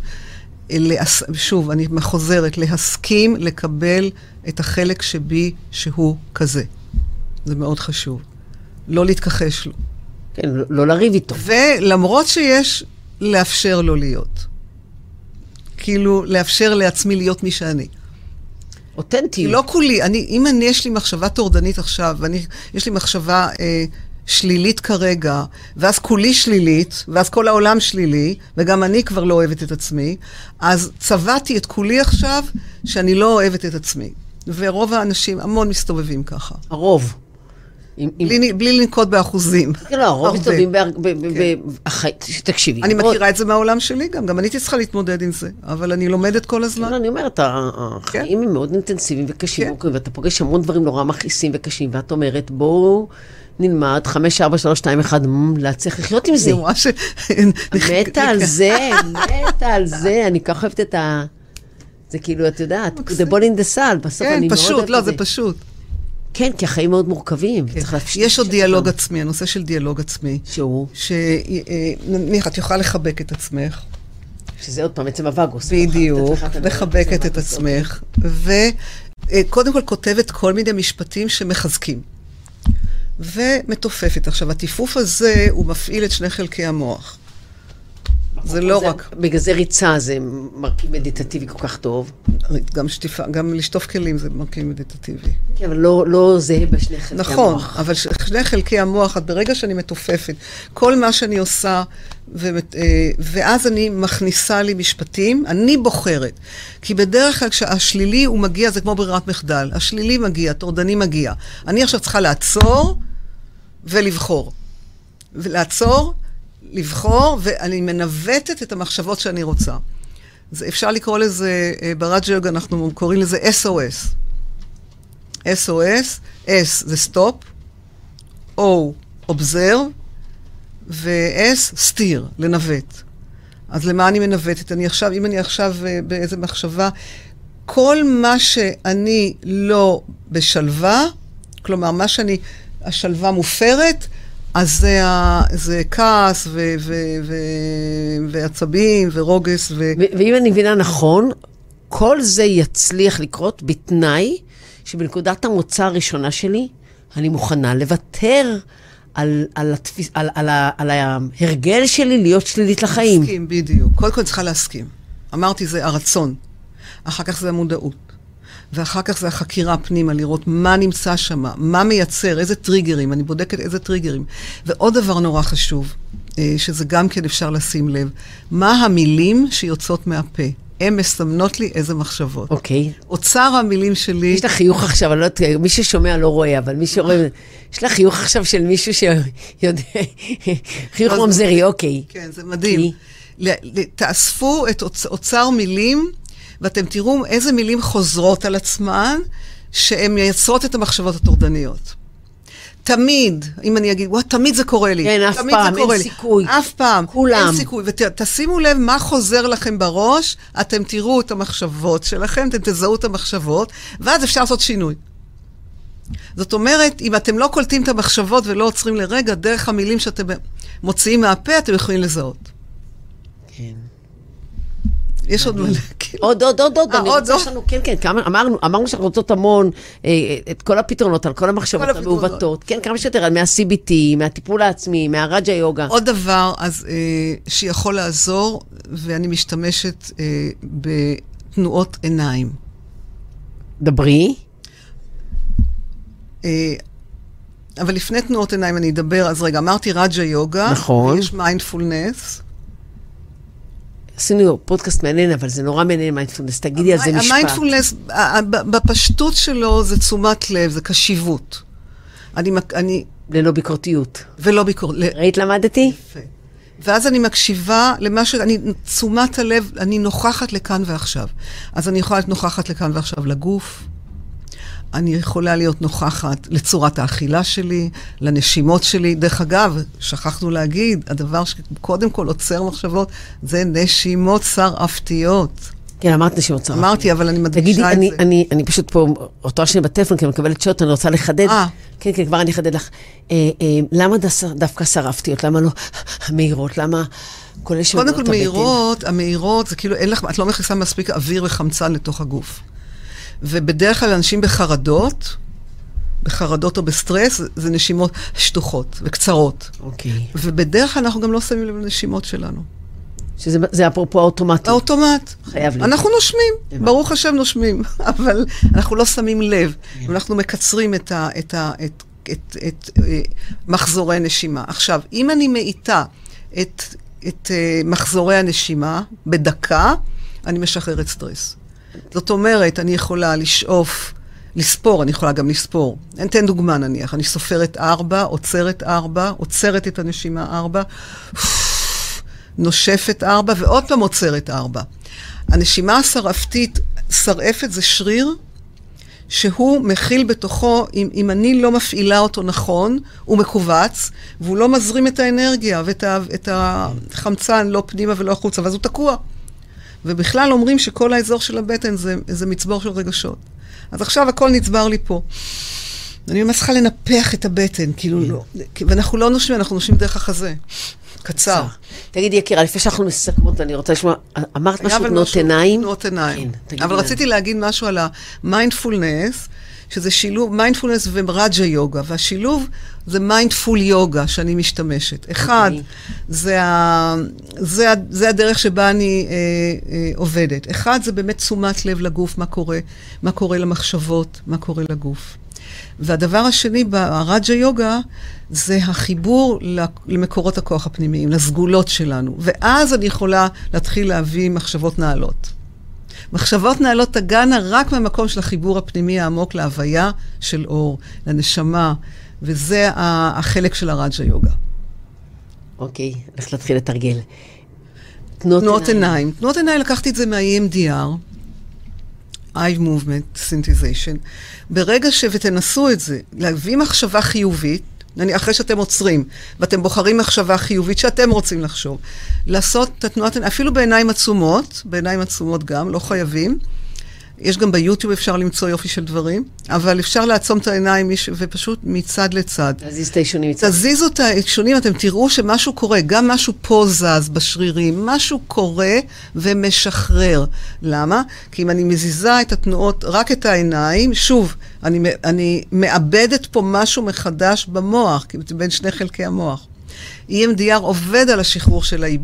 שוב, אני מחוזרת, להסכים לקבל את החלק שבי שהוא כזה. זה מאוד חשוב. לא להתכחש לו. כן, לא לריב איתו. ולמרות שיש, לאפשר לו להיות. כאילו, לאפשר לעצמי להיות מי שאני. אותנטיות. לא כולי. אם יש לי מחשבה טורדנית עכשיו, יש לי מחשבה שלילית כרגע, ואז כולי שלילית, ואז כל העולם שלילי, וגם אני כבר לא אוהבת את עצמי, אז צבעתי את כולי עכשיו, שאני לא אוהבת את עצמי. ורוב האנשים המון מסתובבים ככה. הרוב. בלי לנקוט באחוזים. כן, לא, הרוב מסתובבים תקשיבי. אני מכירה את זה מהעולם שלי גם. גם אני צריכה להתמודד עם זה, אבל אני לומדת כל הזמן. אני אומרת, החיים הם מאוד אינטנסיביים וקשים, ואתה פוגש המון דברים נורא מכעיסים וקשים, ואת אומרת, בואו נלמד 5, 4, 3, 2, 1, להצליח לחיות עם זה. מתה על זה, אני כך אוהבת את ה... זה כאילו, את יודעת, the ball in the sal, בסוף אני מאוד אוהבת את זה. כן, פשוט, לא, זה פשוט. כן, כי החיים מאוד מורכבים. יש עוד דיאלוג עצמי, הנושא של דיאלוג עצמי. שהוא? את יכולה לחבק את עצמך. שזה עוד פעם עצם הווגוס. בדיוק, לחבקת את עצמך. וקודם כל כותבת כל מיני משפטים שמחזקים. ומתופפת. עכשיו, הטיפוף הזה הוא מפעיל את שני חלקי המוח. זה לא רק... בגלל זה ריצה זה מרכיב מדיטטיבי כל כך טוב. גם לשטוף כלים זה מרכיב מדיטטיבי. כן, אבל לא זהה בשני חלקי המוח. נכון, אבל שני חלקי המוח, ברגע שאני מתופפת, כל מה שאני עושה, ואז אני מכניסה לי משפטים, אני בוחרת. כי בדרך כלל כשהשלילי הוא מגיע, זה כמו ברירת מחדל. השלילי מגיע, טורדני מגיע. אני עכשיו צריכה לעצור ולבחור. ולעצור, לבחור, ואני מנווטת את המחשבות שאני רוצה. אפשר לקרוא לזה, בראג' יוגה אנחנו קוראים לזה SOS. SOS, S זה stop, O, observe, ו-S, סתיר, לנווט. אז למה אני מנווטת? אם אני עכשיו באיזה מחשבה, כל מה שאני לא בשלווה, כלומר, השלווה מופרת, אז זה כעס ועצבים ורוגס. ואם אני מבינה נכון, כל זה יצליח לקרות בתנאי שבנקודת המוצא הראשונה שלי, אני מוכנה לוותר על ההרגל שלי להיות שלילית לחיים. להסכים, בדיוק. קודם כל צריכה להסכים. אמרתי, זה הרצון. אחר כך זה המודעות. ואחר כך זה החקירה פנימה, לראות מה נמצא שם, מה מייצר, איזה טריגרים, אני בודקת איזה טריגרים. ועוד דבר נורא חשוב, שזה גם כן אפשר לשים לב, מה המילים שיוצאות מהפה. הן מסמנות לי איזה מחשבות. אוקיי. אוצר המילים שלי... יש לך חיוך עכשיו, אני לא יודעת, מי ששומע לא רואה, אבל מי שרואה... יש לך חיוך עכשיו של מישהו שיודע... חיוך ממזרי, אוקיי. כן, זה מדהים. תאספו את אוצר מילים, ואתם תראו איזה מילים חוזרות על עצמן, שהן מייצרות את המחשבות הטורדניות. תמיד, אם אני אגיד, תמיד זה קורה לי. כן, אף פעם, אין סיכוי. אף פעם, כולם. אין סיכוי. ותשימו לב מה חוזר לכם בראש, אתם תראו את המחשבות שלכם, אתם תזהו את המחשבות, ואז אפשר לעשות שינוי. זאת אומרת, אם אתם לא קולטים את המחשבות ולא עוצרים לרגע, דרך המילים שאתם מוציאים מהפה, אתם יכולים לזהות. כן. יש עוד מלא. עוד. אני רוצה שלנו, כן, אמרנו שאנחנו רוצות המון, את כל הפתרונות, על כל המחשבות המעוותות. כן, כמה שיותר, מה-CBT, מהטיפול העצמי, מהרג'ה יוגה. עוד דבר, אז, שיכול לעזור, ואני משתמשת בתנועות עיניים. דברי. אבל לפני תנועות עיניים אני אדבר, אז רגע, אמרתי רג'ה יוגה. נכון. יש מיינדפולנס. עשינו פודקאסט מעניין, אבל זה נורא מעניין מיינדפולנס. תגידי על זה משפט. המיינדפולנס, בפשטות שלו זה תשומת לב, זה קשיבות. ללא ביקורתיות. ולא ביקורתיות. ראית למדתי? יפה. ואז אני מקשיבה למה תשומת הלב, אני נוכחת לכאן ועכשיו. אז אני יכולה להיות נוכחת לכאן ועכשיו לגוף. אני יכולה להיות נוכחת לצורת האכילה שלי, לנשימות שלי. דרך אגב, שכחנו להגיד, הדבר שקודם כל עוצר מחשבות, זה נשימות שרעפתיות. כן, אמרת נשימות שרעפתיות. אמרתי, אבל אני מדגישה את זה. תגידי, אני פשוט פה, אותו שני בטלפון, כי אני מקבלת שוט, אני רוצה לחדד. כן, כבר אני אחדד לך. למה דווקא שרעפתיות? למה לא מהירות? למה כל קודם כל המהירות, זה כאילו, את לא מכניסה מספיק אוויר וחמצן לתוך הגוף. ובדרך כלל אנשים בחרדות או בסטרס, זה נשימות שטוחות וקצרות. אוקיי. ובדרך כלל אנחנו גם לא שמים לב לנשימות שלנו. שזה אפרופו האוטומטי. האוטומט. חייב לי. אנחנו נושמים, ברוך השם נושמים, אבל אנחנו לא שמים לב. אנחנו מקצרים את מחזורי נשימה. עכשיו, אם אני מאיתה את מחזורי הנשימה בדקה, אני משחררת סטרס. זאת אומרת, אני יכולה לספור, אני יכולה גם לספור. אני אתן דוגמה נניח, אני סופרת 4, עוצרת 4, עוצרת את הנשימה 4, נושפת 4, ועוד פעם עוצרת 4. הנשימה השרעפתית, שרעפת זה שריר, שהוא מכיל בתוכו, אם אני לא מפעילה אותו נכון, הוא מקובץ, והוא לא מזרים את האנרגיה, ואת החמצן לא פנימה ולא החוצה, ואז הוא תקוע. ובכלל אומרים שכל האזור של הבטן זה מצבור של רגשות. אז עכשיו הכל נצבר לי פה. אני ממש צריכה לנפח את הבטן, כאילו לא. ואנחנו לא נושמים, אנחנו נושמים דרך החזה. קצר. תגידי, יקירה, לפני שאנחנו מסכמות, אני רוצה לשמוע, אמרת משהו תנועות עיניים? תנועות עיניים. אבל רציתי להגיד משהו על המיינדפולנס, שזה שילוב, מיינדפולנס ורג'ה יוגה, והשילוב זה מיינדפול יוגה שאני משתמשת. אחד, זה הדרך שבה אני עובדת. אחד, זה באמת תשומת לב לגוף, מה קורה למחשבות, מה קורה לגוף. והדבר השני ברג'ה יוגה, זה החיבור למקורות הכוח הפנימיים, לסגולות שלנו. ואז אני יכולה להתחיל להביא מחשבות נעלות. מחשבות נעלות תגענה רק מהמקום של החיבור הפנימי העמוק להוויה של אור, לנשמה, וזה החלק של הרג'ה יוגה. אוקיי, הולכת להתחיל לתרגל. תנועות עיניים. תנועות עיניים, לקחתי את זה מה-EMDR, Eye Movement Synthesization. ברגע ותנסו את זה, להביא מחשבה חיובית, אחרי שאתם עוצרים, ואתם בוחרים מחשבה חיובית שאתם רוצים לחשוב, לעשות את התנועת, אפילו בעיניים עצומות גם, לא חייבים. יש גם ביוטיוב אפשר למצוא יופי של דברים, אבל אפשר לעצום את העיניים ופשוט מצד לצד. תזיז את האישונים מצד. תזיזו את האישונים, אתם תראו שמשהו קורה, גם משהו פה זז בשרירים, משהו קורה ומשחרר. למה? כי אם אני מזיזה את התנועות, רק את העיניים, שוב, אני מאבדת פה משהו מחדש במוח, בין שני חלקי המוח. EMDR עובד על השחרור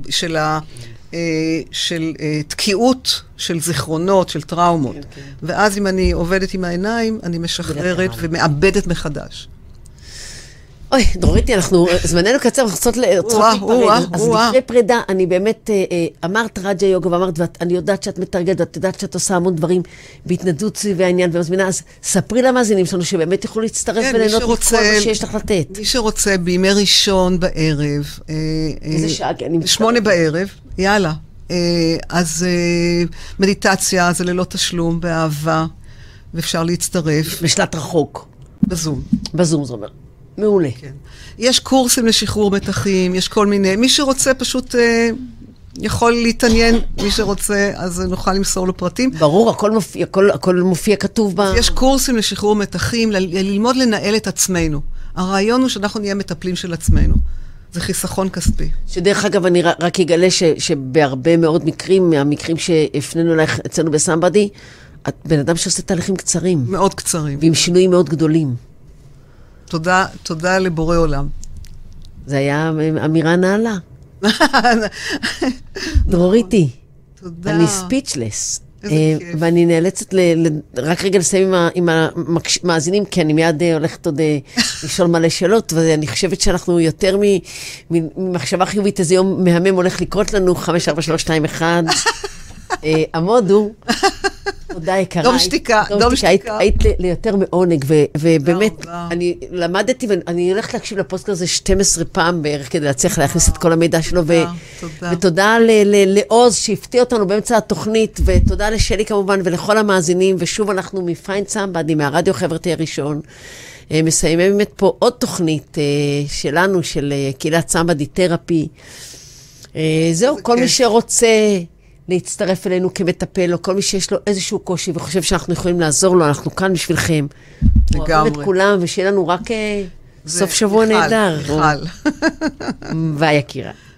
של תקיעות, של זיכרונות, של טראומות. ואז אם אני עובדת עם העיניים, אני משחררת ומאבדת מחדש. אוי, דרוריתי, זמננו קצר, אנחנו רוצות להיפרד. אז לפני פרידה, אני באמת, אמרת רג'ה יוגה, ואמרת, ואני יודעת שאת מתרגלת, ואת יודעת שאת עושה המון דברים בהתנדבות סביב העניין, ומזמינה, אז ספרי למאזינים שלנו, שבאמת יוכלו להצטרף וליהנות מכל מה שיש לך לתת. מי שרוצה, בימי ראשון בערב, איזה שעה? 8 בערב, יאללה. אז מדיטציה, זה ללא תשלום, באהבה, ואפשר להצטרף. בשלט רחוק. בזום. בזום, זה אומר. מעולה. כן. יש קורסים לשחרור מתחים, יש כל מיני, מי שרוצה פשוט יכול להתעניין, מי שרוצה, אז נוכל למסור לו פרטים. ברור, הכל מופיע כתוב יש קורסים לשחרור מתחים, ללמוד לנהל את עצמנו. הרעיון הוא שאנחנו נהיה מטפלים של עצמנו. זה חיסכון כספי. שדרך אגב, אני רק אגלה שבהרבה מאוד מקרים, מהמקרים שהפנינו אליך אצלנו בסמבדי, את בן אדם שעושה תהליכים קצרים. מאוד קצרים. ועם שינויים מאוד גדולים. תודה לבורא עולם. זה היה אמירה נעלה. דרוריתי. תודה. אני ספיצ'לס. איזה כיף. ואני נאלצת רק רגע לסיים עם המאזינים, כי אני מיד הולכת עוד לשאול מלא שאלות, ואני חושבת שאנחנו יותר ממחשבה חיובית, איזה יום מהמם הולך לקרות לנו, 5, 4, 3, 2, 1. עמודו. תודה יקרה. דום שתיקה. היית ליותר מעונג, ובאמת, אני למדתי, ואני הולכת להקשיב לפוסט הזה 12 פעם בערך, כדי להצליח להכניס את כל המידע שלו, ותודה לעוז שהפתיע אותנו באמצע התוכנית, ותודה לשלי כמובן, ולכל המאזינים, ושוב אנחנו מפיין סמבדי, מהרדיו חברתי הראשון, מסיימים באמת פה עוד תוכנית שלנו, של קהילת סמבדי תרפי. זהו, כל מי שרוצה להצטרף אלינו כמטפל, או כל מי שיש לו איזשהו קושי, וחושב שאנחנו יכולים לעזור לו, אנחנו כאן בשבילכם. אוהבים את כולם, ושיהיה לנו רק סוף שבוע נהדר. מיכל. ביי, יקירה.